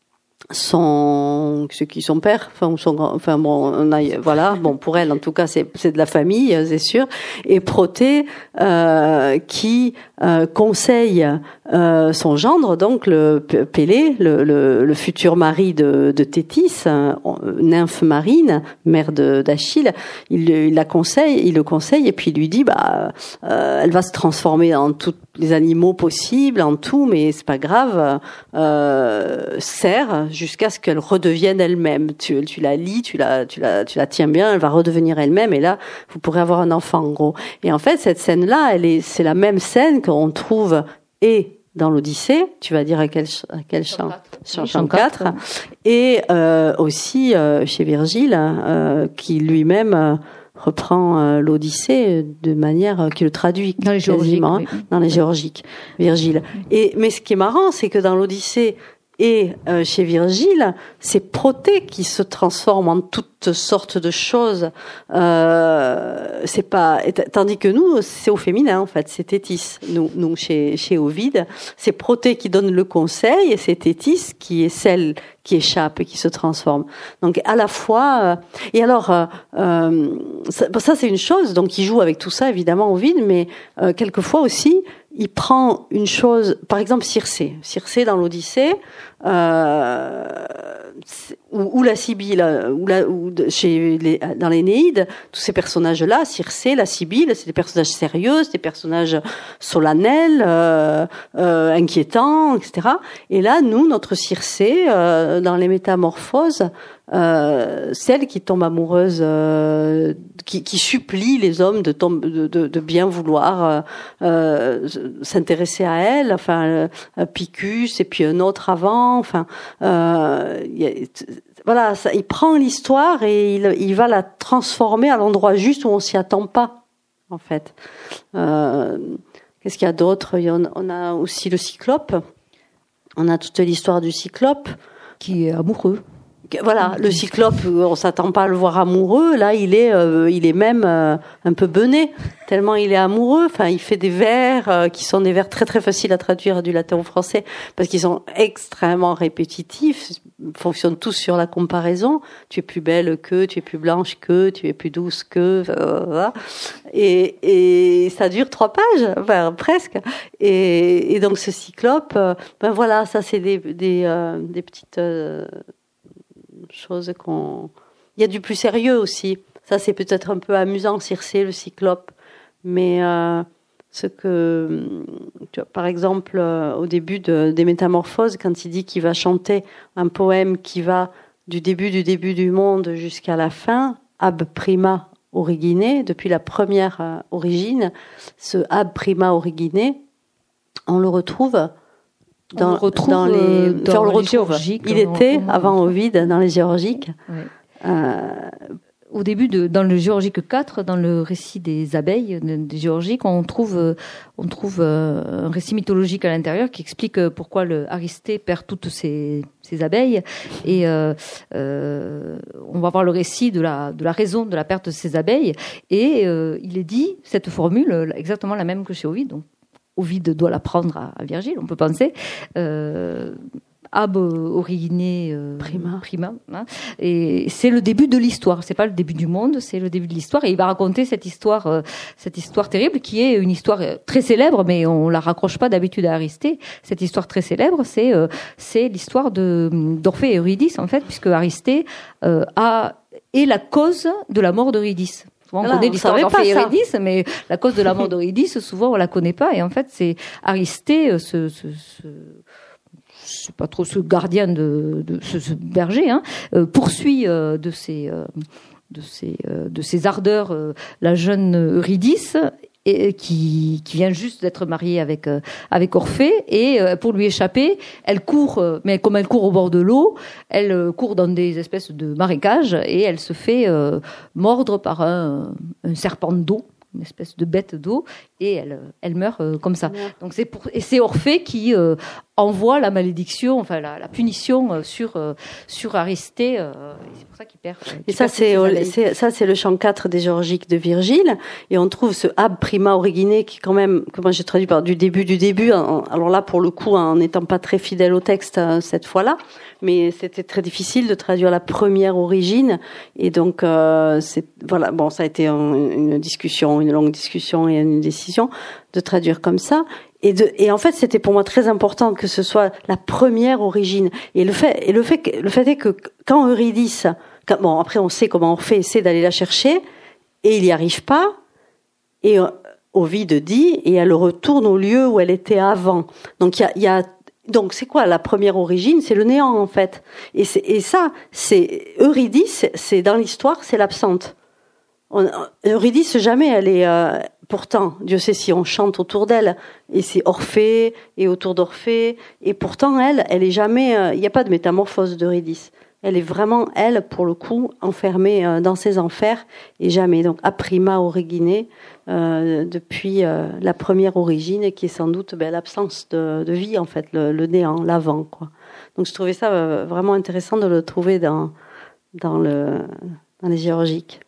Son, ce qui son père, enfin son, enfin bon, on a, voilà, bon pour elle en tout cas c'est c'est de la famille, c'est sûr. Et Protée euh, qui euh, conseille euh, son gendre, donc le Pélée, le, le, le futur mari de, de Thétis, euh, nymphe marine, mère de d'Achille. Il, il la conseille, il le conseille et puis il lui dit bah euh, elle va se transformer en tous les animaux possibles, en tout, mais c'est pas grave. Euh, serre jusqu'à ce qu'elle redevienne elle-même. Tu, tu la lis, tu la, tu la, tu la tiens bien, elle va redevenir elle-même, et là, vous pourrez avoir un enfant, en gros. Et en fait, cette scène-là, elle est, c'est la même scène qu'on trouve et dans l'Odyssée. Tu vas dire à quel, à quel chant? Chant, chant quatre. Et euh, aussi euh, chez Virgile, euh, qui lui-même euh, reprend euh, l'Odyssée de manière euh, qui le traduit dans les géorgiques, hein, oui. dans les géorgiques, Virgile. Et mais ce qui est marrant, c'est que dans l'Odyssée et euh, chez Virgile, c'est Protée qui se transforme en toutes sortes de choses. Euh, c'est pas, tandis que nous, c'est au féminin en fait. C'est Thétis. Nous, nous chez chez Ovide, c'est Protée qui donne le conseil et c'est Thétis qui est celle qui échappe et qui se transforme. Donc à la fois. Euh, et alors, euh, euh, ça, ça c'est une chose. Donc il joue avec tout ça évidemment Ovide, mais euh, quelquefois aussi. Il prend une chose, par exemple Circé. Circé dans l'Odyssée, euh, ou, ou la Sibylle, ou, la, ou de, chez les, dans l'Énéide, tous ces personnages-là, Circé, la Sibylle, c'est des personnages sérieux, c'est des personnages solennels, euh, euh, inquiétants, et cetera. Et là, nous, notre Circé, euh, dans les Métamorphoses, Euh, celle qui tombe amoureuse, euh, qui, qui supplie les hommes de, tombe, de, de, de bien vouloir euh, s'intéresser à elle, enfin euh, Picus et puis un autre avant, enfin euh, y a, voilà, ça, il prend l'histoire et il, il va la transformer à l'endroit juste où on s'y attend pas, en fait. Euh, qu'est-ce qu'il y a d'autre? On a aussi le Cyclope. On a toute l'histoire du Cyclope qui est amoureux. Voilà, le Cyclope, on s'attend pas à le voir amoureux. Là, il est, euh, il est même euh, un peu bené, tellement il est amoureux. Enfin, il fait des vers euh, qui sont des vers très très faciles à traduire du latin au français parce qu'ils sont extrêmement répétitifs, fonctionnent tous sur la comparaison. Tu es plus belle que, tu es plus blanche que, tu es plus douce que, euh, voilà. Et, et ça dure trois pages, enfin presque. Et, et donc ce Cyclope, euh, ben voilà, ça c'est des des, euh, des petites euh, chose qu'on... Il y a du plus sérieux aussi. Ça, c'est peut-être un peu amusant, Circé, le Cyclope. Mais euh, ce que... Tu vois, par exemple, euh, au début de, des Métamorphoses, quand il dit qu'il va chanter un poème qui va du début du début du monde jusqu'à la fin, ab prima origine, depuis la première euh, origine, ce ab prima origine, on le retrouve... Dans, on le retrouve dans les, dans on le les retrouve. géorgiques. Il était on, on, avant Ovide dans les géorgiques. Ouais. Euh, Au début de dans le Géorgique quatre, dans le récit des abeilles des géorgiques, on trouve on trouve un récit mythologique à l'intérieur qui explique pourquoi le Aristée perd toutes ses, ses abeilles et euh, euh, on va voir le récit de la de la raison de la perte de ces abeilles et euh, il est dit cette formule exactement la même que chez Ovide. Donc Ovide doit l'apprendre à, à Virgile, on peut penser. Euh, Ab origine euh, prima, prima hein, et c'est le début de l'histoire. C'est pas le début du monde, c'est le début de l'histoire. Et il va raconter cette histoire, euh, cette histoire terrible, qui est une histoire très célèbre, mais on la raccroche pas d'habitude à Aristée. Cette histoire très célèbre, c'est euh, c'est l'histoire de d'Orphée et Eurydice, en fait, puisque Aristée euh, a est la cause de la mort d'Eurydice. Souvent, on Voilà, connaît on l'histoire savait d'Orphée et pas ça. Eurydice, mais la cause de la mort d'Eurydice, souvent, on la connaît pas. Et en fait, c'est Aristée, ce, ce, ce je sais pas trop, ce gardien de, de ce, ce berger, hein, euh, poursuit euh, de ses euh, de ses euh, de ses ardeurs euh, la jeune Eurydice, et qui qui vient juste d'être mariée avec euh, avec Orphée, et euh, pour lui échapper, elle court, euh, mais comme elle court au bord de l'eau, elle euh, court dans des espèces de marécages, et elle se fait euh, mordre par un, un serpent d'eau, une espèce de bête d'eau, et elle, elle meurt euh, comme ça. Donc c'est pour, et c'est Orphée qui euh, envoie la malédiction, enfin la, la punition euh, sur euh, sur Aristée. Euh, et c'est pour ça qu'il perd. Euh, Et ça c'est, c'est ça c'est le chant quatre des Géorgiques de Virgile, et on trouve ce ab prima origine qui quand même, que moi j'ai traduit par du début du début. En, alors là pour le coup en n'étant pas très fidèle au texte euh, cette fois-là, mais c'était très difficile de traduire la première origine, et donc euh, c'est voilà bon ça a été un, une discussion, une longue discussion et une décision de traduire comme ça. Et, de, et en fait, c'était pour moi très important que ce soit la première origine. Et le fait, et le fait, que, le fait est que quand Eurydice, quand, bon, après on sait comment Orphée essaie d'aller la chercher, et il n'y arrive pas, et euh, Ovide dit, et elle retourne au lieu où elle était avant. Donc il y a, il y a, donc c'est quoi la première origine? C'est le néant en fait. Et, c'est, et ça, c'est Eurydice, c'est dans l'histoire, c'est l'absente. On, Eurydice jamais elle est. Euh, Pourtant, Dieu sait si on chante autour d'elle, et c'est Orphée, et autour d'Orphée, et pourtant, elle, elle est jamais, il euh, n'y a pas de métamorphose d'Eurydice. Elle est vraiment, elle, pour le coup, enfermée euh, dans ses enfers, et jamais. Donc, a prima origine, euh, depuis euh, la première origine, qui est sans doute ben, l'absence de, de vie, en fait, le, le néant, l'avant, quoi. Donc, je trouvais ça euh, vraiment intéressant de le trouver dans, dans, le, dans les Géorgiques.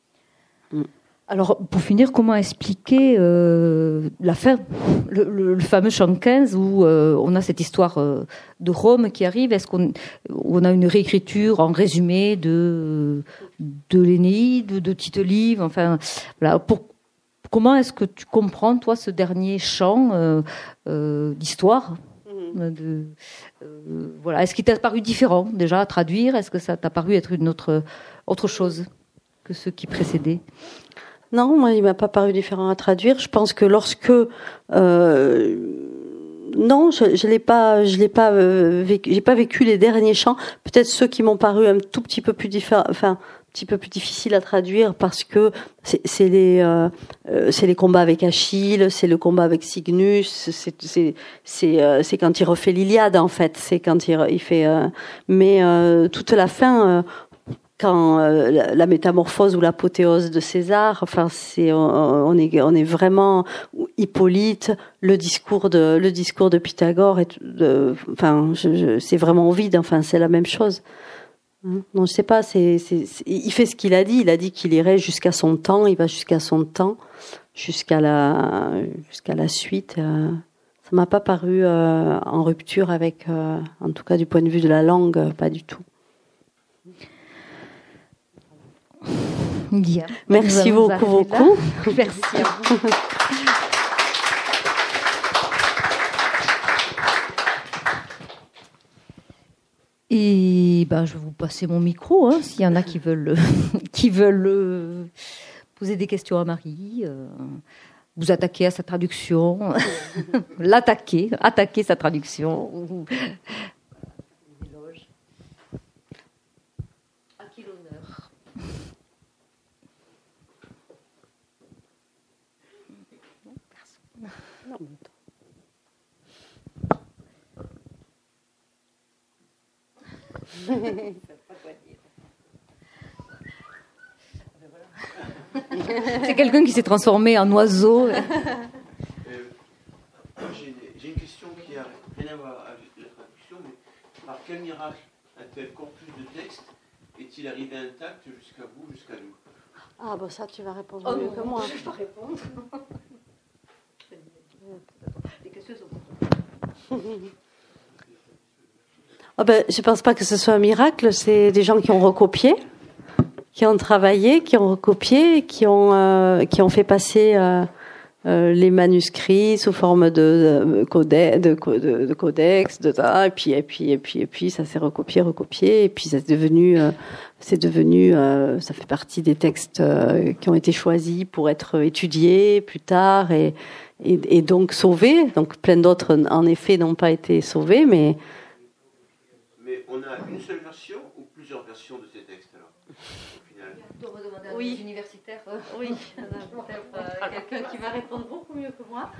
Mm. Alors, pour finir, comment expliquer euh, la fin, le, le, le fameux chant quinze où euh, on a cette histoire euh, de Rome qui arrive? Est-ce qu'on on a une réécriture en résumé de de l'Énéide, de Tite-Live? Enfin, voilà. Pour, comment est-ce que tu comprends toi ce dernier chant euh, euh, d'histoire? Mmh. De, euh, voilà. Est-ce qu'il t'a paru différent déjà à traduire? Est-ce que ça t'a paru être une autre autre chose que ceux qui précédaient? Non, moi, il m'a pas paru différent à traduire. Je pense que lorsque euh, non, je, je l'ai pas, je l'ai pas euh, vécu, j'ai pas vécu les derniers chants. Peut-être ceux qui m'ont paru un tout petit peu plus différents, enfin, un petit peu plus difficiles à traduire parce que c'est, c'est les, euh, c'est les combats avec Achille, c'est le combat avec Cygnus, c'est, c'est, c'est, euh, c'est quand il refait l'Iliade en fait, c'est quand il, il fait. Euh, mais euh, toute la fin. Euh, Quand euh, la, la métamorphose ou l'apothéose de César, enfin c'est on, on est on est vraiment Hippolyte, le discours de le discours de Pythagore, et de, enfin je, je, c'est vraiment Ovide, enfin c'est la même chose. Hein, non je sais pas, c'est, c'est, c'est il fait ce qu'il a dit, il a dit qu'il irait jusqu'à son temps, il va jusqu'à son temps, jusqu'à la jusqu'à la suite. Euh, ça m'a pas paru euh, en rupture avec, euh, en tout cas du point de vue de la langue, pas du tout. Bien. Merci beaucoup, beaucoup. Merci à vous. Et ben, je vais vous passer mon micro, hein, s'il y en a qui veulent, qui veulent euh, poser des questions à Marie, euh, vous attaquer à sa traduction, l'attaquer, attaquer sa traduction. À qui l'honneur? Non, C'est quelqu'un qui s'est transformé en oiseau. Euh, j'ai, j'ai une question qui n'a rien à voir avec la traduction, mais par quel miracle un tel corpus de texte est-il arrivé intact jusqu'à vous, jusqu'à nous? Ah, bah ça, tu vas répondre Oh mieux non, que moi. Je ne vais pas répondre. Oh ben, je ne pense pas que ce soit un miracle. C'est des gens qui ont recopié, qui ont travaillé, qui ont recopié, qui ont, euh, qui ont fait passer euh, euh, les manuscrits sous forme de, de, codex, de, de, de codex, de ça, et puis et puis et puis et puis ça s'est recopié, recopié, et puis c'est devenu, euh, c'est devenu, euh, ça fait partie des textes euh, qui ont été choisis pour être étudiés plus tard et et, et donc sauvés. Donc plein d'autres, en effet, n'ont pas été sauvés, mais Mais on a une seule version ou plusieurs versions de ces textes alors, au final? Oui, universitaire. Oui, peut-être quelqu'un qui va répondre beaucoup mieux que moi.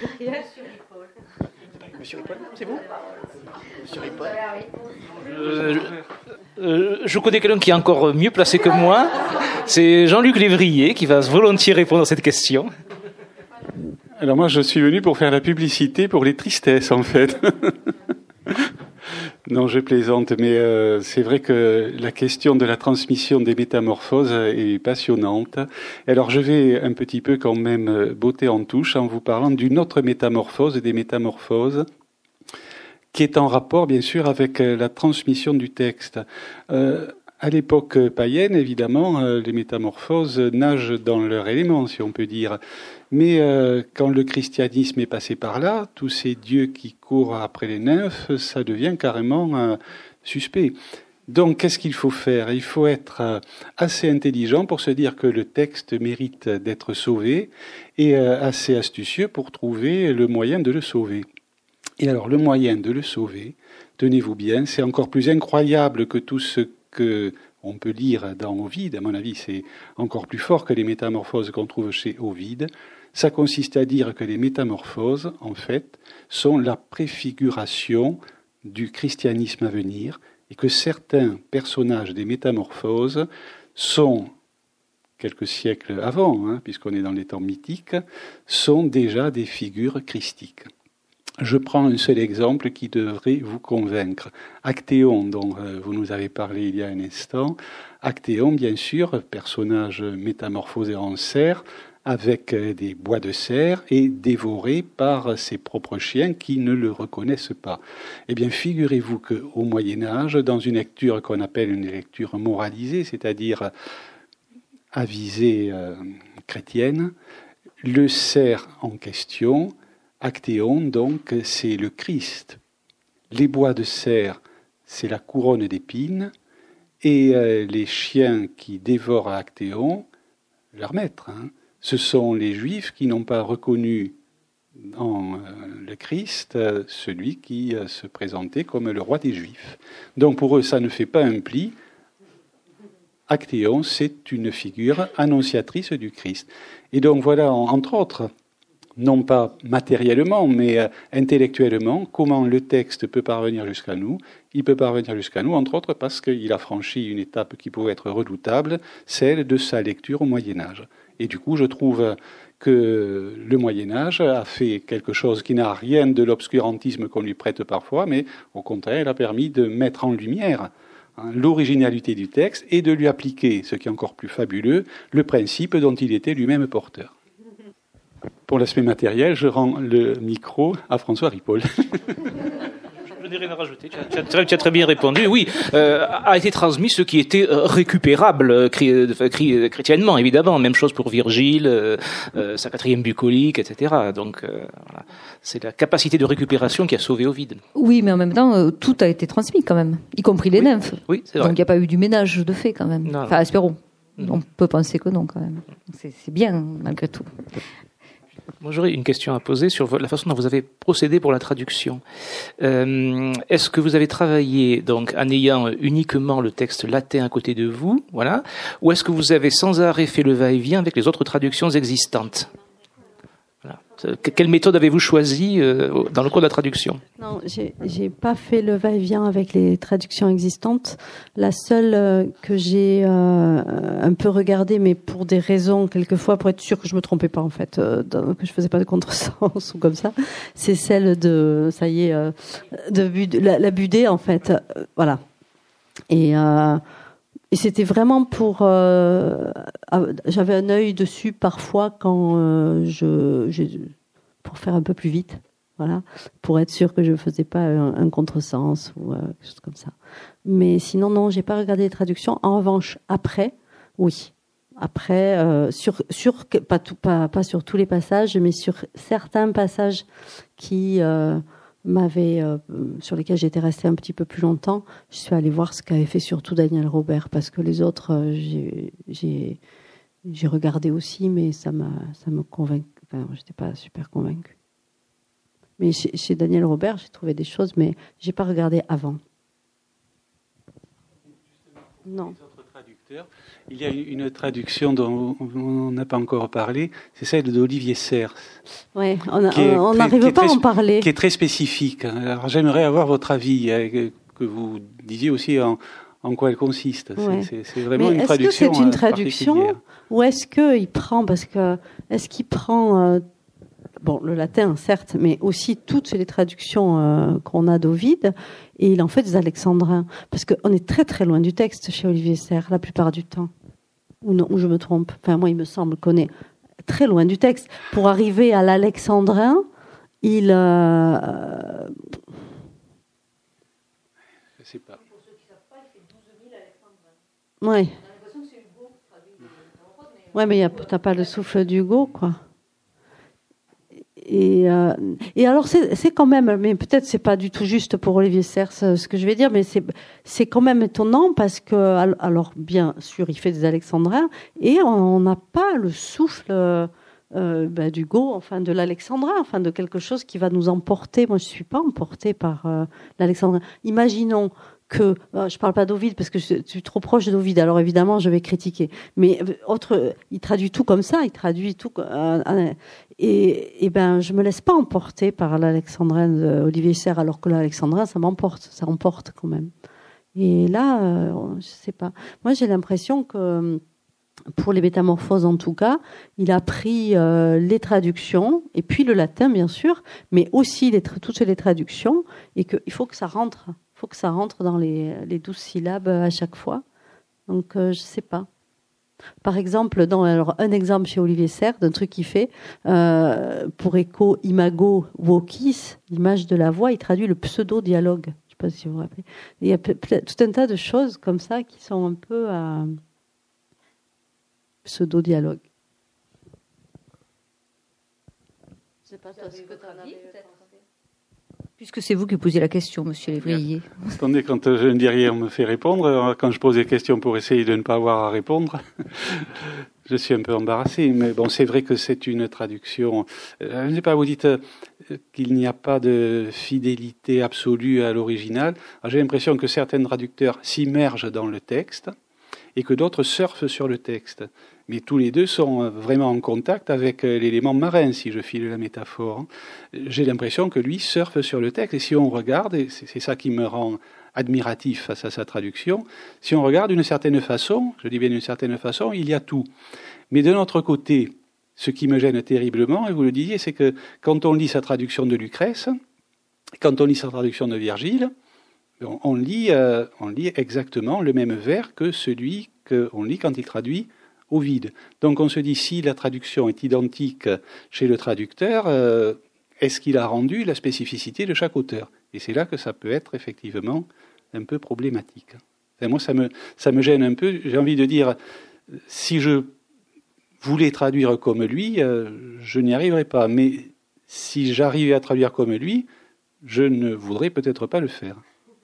Monsieur Ripoll, c'est vous? Monsieur Ripoll. Euh, euh, je connais quelqu'un qui est encore mieux placé que moi. C'est Jean-Luc Lévrier qui va volontiers répondre à cette question. Alors moi, je suis venu pour faire la publicité pour les tristesses, en fait. Non, je plaisante, mais euh, c'est vrai que la question de la transmission des métamorphoses est passionnante. Alors je vais un petit peu quand même botter en touche en vous parlant d'une autre métamorphose, des métamorphoses, qui est en rapport bien sûr avec la transmission du texte. Euh, à l'époque païenne, évidemment, les métamorphoses nagent dans leur élément, si on peut dire. Mais euh, quand le christianisme est passé par là, tous ces dieux qui courent après les nymphes, ça devient carrément euh, suspect. Donc, qu'est-ce qu'il faut faire? Il faut être euh, assez intelligent pour se dire que le texte mérite d'être sauvé et euh, assez astucieux pour trouver le moyen de le sauver. Et alors, le moyen de le sauver, tenez-vous bien, c'est encore plus incroyable que tout ce que on peut lire dans Ovide. À mon avis, c'est encore plus fort que les métamorphoses qu'on trouve chez Ovide. Ça consiste à dire que les métamorphoses, en fait, sont la préfiguration du christianisme à venir et que certains personnages des métamorphoses sont, quelques siècles avant, hein, puisqu'on est dans les temps mythiques, sont déjà des figures christiques. Je prends un seul exemple qui devrait vous convaincre. Actéon, dont vous nous avez parlé il y a un instant. Actéon, bien sûr, personnage métamorphosé en cerf, avec des bois de cerf et dévoré par ses propres chiens qui ne le reconnaissent pas. Eh bien, figurez-vous qu'au Moyen-Âge, dans une lecture qu'on appelle une lecture moralisée, c'est-à-dire à visée euh, chrétienne, le cerf en question, Actéon, donc, c'est le Christ. Les bois de cerf, c'est la couronne d'épines, et euh, les chiens qui dévorent Actéon, leur maître, hein, ce sont les Juifs qui n'ont pas reconnu en euh, le Christ euh, celui qui euh, se présentait comme le roi des Juifs. Donc pour eux, ça ne fait pas un pli. Actéon, c'est une figure annonciatrice du Christ. Et donc voilà, entre autres, non pas matériellement, mais euh, intellectuellement, comment le texte peut parvenir jusqu'à nous. Il peut parvenir jusqu'à nous, entre autres, parce qu'il a franchi une étape qui pouvait être redoutable, celle de sa lecture au Moyen-Âge. Et du coup, je trouve que le Moyen-Âge a fait quelque chose qui n'a rien de l'obscurantisme qu'on lui prête parfois, mais au contraire, il a permis de mettre en lumière hein, l'originalité du texte et de lui appliquer, ce qui est encore plus fabuleux, le principe dont il était lui-même porteur. Pour l'aspect matériel, je rends le micro à François Ripoll. Je n'ai rien à rajouter. Tu as, tu as, très, tu as très bien répondu. Oui, euh, a été transmis ce qui était récupérable euh, chrétiennement, évidemment. Même chose pour Virgile, euh, euh, sa quatrième bucolique, et cetera. Donc, euh, voilà. C'est la capacité de récupération qui a sauvé Ovide. Oui, mais en même temps, euh, tout a été transmis quand même, y compris les oui. nymphes. Oui, c'est vrai. Donc, il n'y a pas eu du ménage de fait quand même. Non, enfin, espérons. Non. On peut penser que non quand même. C'est, c'est bien, malgré tout. Moi, j'aurais une question à poser sur la façon dont vous avez procédé pour la traduction. Euh, est-ce que vous avez travaillé donc en ayant uniquement le texte latin à côté de vous, voilà, ou est-ce que vous avez sans arrêt fait le va-et-vient avec les autres traductions existantes? Voilà. Quelle méthode avez-vous choisie euh, dans le cours de la traduction? Non, j'ai, j'ai pas fait le va-et-vient avec les traductions existantes. La seule euh, que j'ai euh, un peu regardée, mais pour des raisons quelquefois, pour être sûre que je me trompais pas en fait, euh, dans, que je faisais pas de contresens ou comme ça, c'est celle de, ça y est, euh, de Bud, la, la Budé en fait, euh, voilà. Et euh, Et c'était vraiment pour... Euh, j'avais un œil dessus parfois quand euh, je, je... pour faire un peu plus vite. voilà, pour être sûr que je ne faisais pas un, un contresens ou euh, quelque chose comme ça. Mais sinon, non, j'ai pas regardé les traductions. En revanche, après, oui. Après, euh, sur, sur pas, tout, pas, pas sur tous les passages, mais sur certains passages qui euh, m'avaient, euh, sur lesquels j'étais restée un petit peu plus longtemps, je suis allée voir ce qu'avait fait surtout Daniel Robert, parce que les autres, euh, j'ai, j'ai, j'ai regardé aussi, mais ça m'a, ça me convainc. Enfin, j'étais pas super convaincue. Mais chez, chez Daniel Robert, j'ai trouvé des choses, mais j'ai pas regardé avant. Non. Il y a une traduction dont on n'a pas encore parlé, c'est celle d'Olivier Serres. Oui, on n'arrive pas à en parler. Qui est très spécifique. Alors j'aimerais avoir votre avis, que vous disiez aussi en, en quoi elle consiste. Ouais. C'est, c'est vraiment Mais une est-ce traduction. Est-ce que c'est une traduction ou est-ce qu'il prend, parce que est-ce qu'il prend euh, bon, le latin certes, mais aussi toutes les traductions euh, qu'on a d'Ovide, et il en fait des alexandrins, parce qu'on est très très loin du texte chez Olivier Serres la plupart du temps. Ou non, ou je me trompe. Enfin, moi, il me semble qu'on est très loin du texte. Pour arriver à l'alexandrin, il... Euh... Je sais pas. Pour ceux qui ne savent pas, il fait douze mille alexandrins. Oui. On a l'impression que c'est Hugo qui traduit le métamorphose. Oui, mais tu n'as pas le souffle d'Hugo, quoi. Et, euh, et alors c'est, c'est quand même, mais peut-être c'est pas du tout juste pour Olivier Serres ce que je vais dire, mais c'est c'est quand même étonnant parce que alors bien sûr il fait des alexandrins et on n'a pas le souffle euh, ben, d'Hugo, enfin de l'alexandrin, enfin de quelque chose qui va nous emporter. Moi je suis pas emportée par euh, l'alexandrin. Imaginons que, euh, je parle pas d'Ovide parce que je, je suis trop proche d'Ovide, alors évidemment je vais critiquer. Mais autre, il traduit tout comme ça, il traduit tout. Euh, euh, et, et ben, je me laisse pas emporter par l'alexandrin d'Olivier Serres, alors que l'alexandrin, ça m'emporte, ça emporte quand même. Et là, euh, je sais pas. Moi, j'ai l'impression que pour les métamorphoses en tout cas, il a pris euh, les traductions et puis le latin bien sûr, mais aussi les tra- toutes les traductions et qu'il faut que ça rentre. Il faut que ça rentre dans les, les douze syllabes à chaque fois. Donc, euh, je ne sais pas. Par exemple, dans, alors, un exemple chez Olivier Serres, d'un truc qu'il fait, euh, pour écho, imago, vocis, l'image de la voix, il traduit le pseudo-dialogue. Je ne sais pas si vous vous rappelez. Il y a tout un tas de choses comme ça qui sont un peu à pseudo-dialogue. Je ne sais pas toi, ce que tu en avais. Puisque c'est vous qui posez la question, monsieur Lévrier. Attendez, quand je ne dis rien, on me fait répondre. Quand je pose des questions pour essayer de ne pas avoir à répondre, je suis un peu embarrassé. Mais bon, c'est vrai que c'est une traduction. Je ne sais pas, vous dites qu'il n'y a pas de fidélité absolue à l'original. Alors, j'ai l'impression que certains traducteurs s'immergent dans le texte et que d'autres surfent sur le texte. Mais tous les deux sont vraiment en contact avec l'élément marin, si je file la métaphore. J'ai l'impression que lui surfe sur le texte. Et si on regarde, et c'est ça qui me rend admiratif face à sa traduction, si on regarde d'une certaine façon, je dis bien d'une certaine façon, il y a tout. Mais de notre côté, ce qui me gêne terriblement, et vous le disiez, c'est que quand on lit sa traduction de Lucrèce, quand on lit sa traduction de Virgile, on, on, lit, euh, on lit exactement le même vers que celui qu'on lit quand il traduit Ovide. Donc on se dit, si la traduction est identique chez le traducteur, euh, est-ce qu'il a rendu la spécificité de chaque auteur? Et c'est là que ça peut être effectivement un peu problématique. Enfin, moi, ça me, ça me gêne un peu. J'ai envie de dire, si je voulais traduire comme lui, euh, je n'y arriverais pas. Mais si j'arrivais à traduire comme lui, je ne voudrais peut-être pas le faire.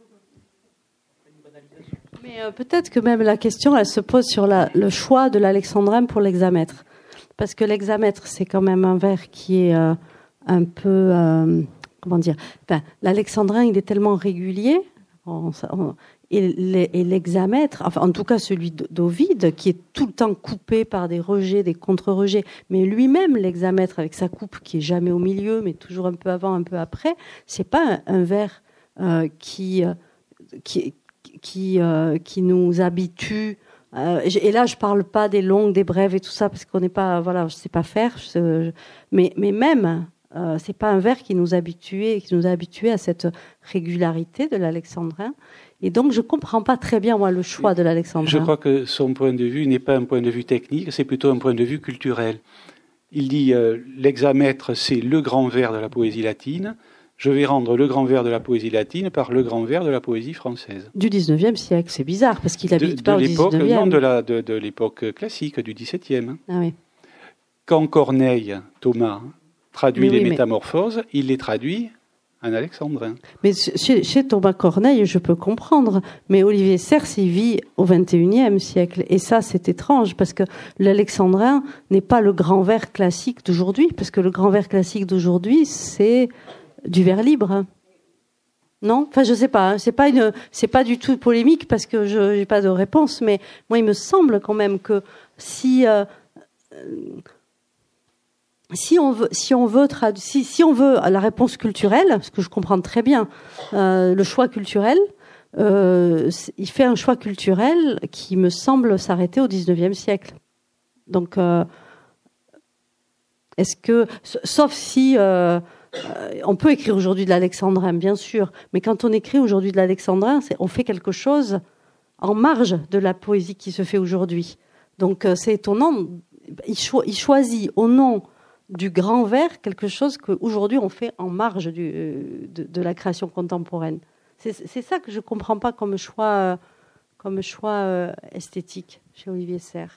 Mais euh, peut-être que même la question, elle se pose sur la, le choix de l'alexandrin pour l'hexamètre. Parce que l'hexamètre, c'est quand même un vers qui est euh, un peu... Euh, comment dire enfin, l'alexandrin, il est tellement régulier. On, on, et, et l'hexamètre, enfin, en tout cas celui d'Ovide, qui est tout le temps coupé par des rejets, des contre-rejets, mais lui-même, l'hexamètre, avec sa coupe qui est jamais au milieu, mais toujours un peu avant, un peu après, c'est pas un, un vers euh, qui... Euh, qui Qui, euh, qui nous habitue. Euh, et là, je parle pas des longues, des brèves et tout ça, parce qu'on n'est pas, voilà, je sais pas faire. Je, je, mais, mais même, euh, c'est pas un vers qui nous habitue, qui nous a habitués à cette régularité de l'alexandrin. Et donc, je comprends pas très bien moi le choix de l'alexandrin. Je crois que son point de vue n'est pas un point de vue technique, c'est plutôt un point de vue culturel. Il dit euh, l'hexamètre, c'est le grand vers de la poésie latine. Je vais rendre le grand vers de la poésie latine par le grand vers de la poésie française. Du dix-neuvième siècle, c'est bizarre, parce qu'il n'habite de, pas de au dix-neuvième. Non, de, la, de, de l'époque classique, du dix-septième. Ah oui. Quand Corneille, Thomas, traduit mais les oui, métamorphoses, mais... il les traduit en alexandrin. Mais chez, chez Thomas Corneille, je peux comprendre, mais Olivier Serres, il vit au vingt et unième siècle. Et ça, c'est étrange, parce que l'alexandrin n'est pas le grand vers classique d'aujourd'hui, parce que le grand vers classique d'aujourd'hui, c'est du vers libre. Non, enfin je sais pas. Hein. C'est pas une, c'est pas du tout polémique parce que je n'ai pas de réponse. Mais moi, il me semble quand même que si euh, si on veut, si on veut tradu- si, si on veut la réponse culturelle, parce que je comprends très bien euh, le choix culturel, euh, il fait un choix culturel qui me semble s'arrêter au dix-neuvième siècle. Donc, euh, est-ce que, sauf si euh, Euh, on peut écrire aujourd'hui de l'alexandrin, bien sûr, mais quand on écrit aujourd'hui de l'alexandrin, c'est, on fait quelque chose en marge de la poésie qui se fait aujourd'hui. Donc euh, c'est étonnant, il, cho- il choisit au nom du grand vers quelque chose qu'aujourd'hui on fait en marge du, euh, de, de la création contemporaine. C'est, c'est ça que je ne comprends pas comme choix, euh, comme choix euh, esthétique chez Olivier Serres.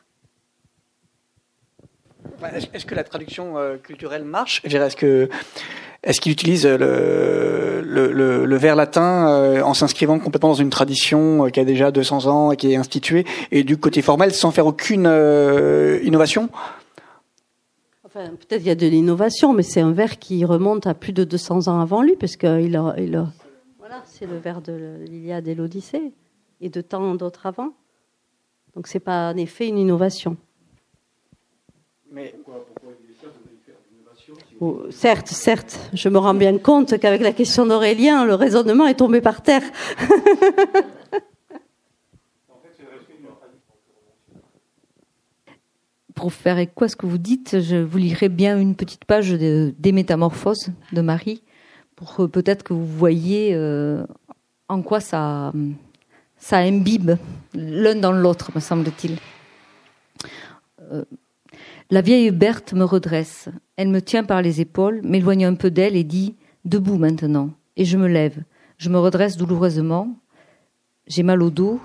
Est-ce que la traduction euh, culturelle marche ? Je dirais, est-ce que est-ce qu'il utilise le le, le, le vers latin euh, en s'inscrivant complètement dans une tradition euh, qui a déjà deux cents ans et qui est instituée, et du côté formel sans faire aucune euh, innovation ? Enfin, peut-être il y a de l'innovation, mais c'est un vers qui remonte à plus de deux cents ans avant lui, parce qu'il a, il a, voilà, c'est le vers de l'Iliade et l'Odyssée, et de tant d'autres avant. Donc c'est pas en effet une innovation. Mais pourquoi, pourquoi il est ça de faire l'innovation si oh, certes, certes, je me rends bien compte qu'avec la question d'Aurélien, le raisonnement est tombé par terre. Pour faire écho à ce que vous dites, je vous lirai bien une petite page de, des Métamorphoses de Marie, pour que peut-être que vous voyez euh, en quoi ça, ça imbibe l'un dans l'autre, me semble-t-il. Euh, La vieille Berthe me redresse. Elle me tient par les épaules, m'éloigne un peu d'elle et dit « Debout maintenant ». Et je me lève. Je me redresse douloureusement. J'ai mal au dos,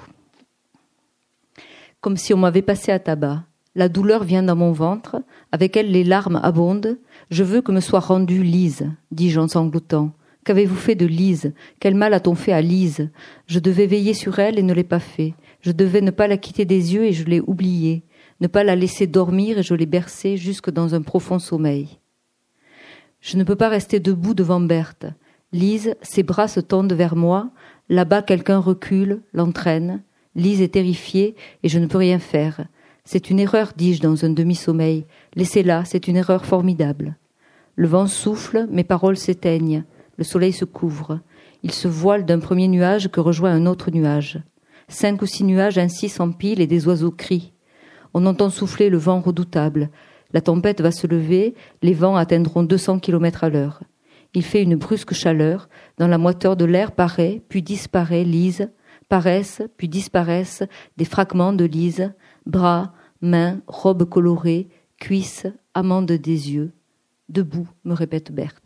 comme si on m'avait passé à tabac. La douleur vient dans mon ventre. Avec elle, les larmes abondent. Je veux que me soit rendue Lise, dis-je en sanglotant. Qu'avez-vous fait de Lise ? Quel mal a-t-on fait à Lise ? Je devais veiller sur elle et ne l'ai pas fait. Je devais ne pas la quitter des yeux et je l'ai oubliée. Ne pas la laisser dormir et je l'ai bercée jusque dans un profond sommeil. Je ne peux pas rester debout devant Berthe. Lise, ses bras se tendent vers moi. Là-bas, quelqu'un recule, l'entraîne. Lise est terrifiée et je ne peux rien faire. C'est une erreur, dis-je dans un demi-sommeil. Laissez-la, c'est une erreur formidable. Le vent souffle, mes paroles s'éteignent. Le soleil se couvre. Il se voile d'un premier nuage que rejoint un autre nuage. Cinq ou six nuages ainsi s'empilent et des oiseaux crient. On entend souffler le vent redoutable. La tempête va se lever, les vents atteindront deux cents kilomètres à l'heure. Il fait une brusque chaleur. Dans la moiteur de l'air paraît, puis disparaît Lise. Paraissent, puis disparaissent des fragments de Lise. Bras, mains, robes colorées, cuisses, amandes des yeux. Debout, me répète Berthe.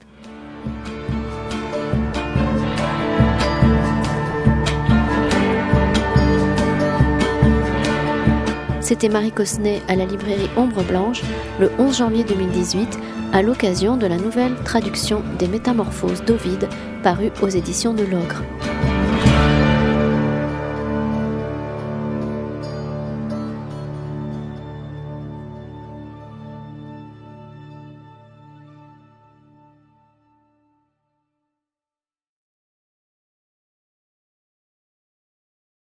C'était Marie Cosnet à la librairie Ombre Blanche le onze janvier deux mille dix-huit à l'occasion de la nouvelle traduction des Métamorphoses d'Ovide parue aux éditions de l'Ogre.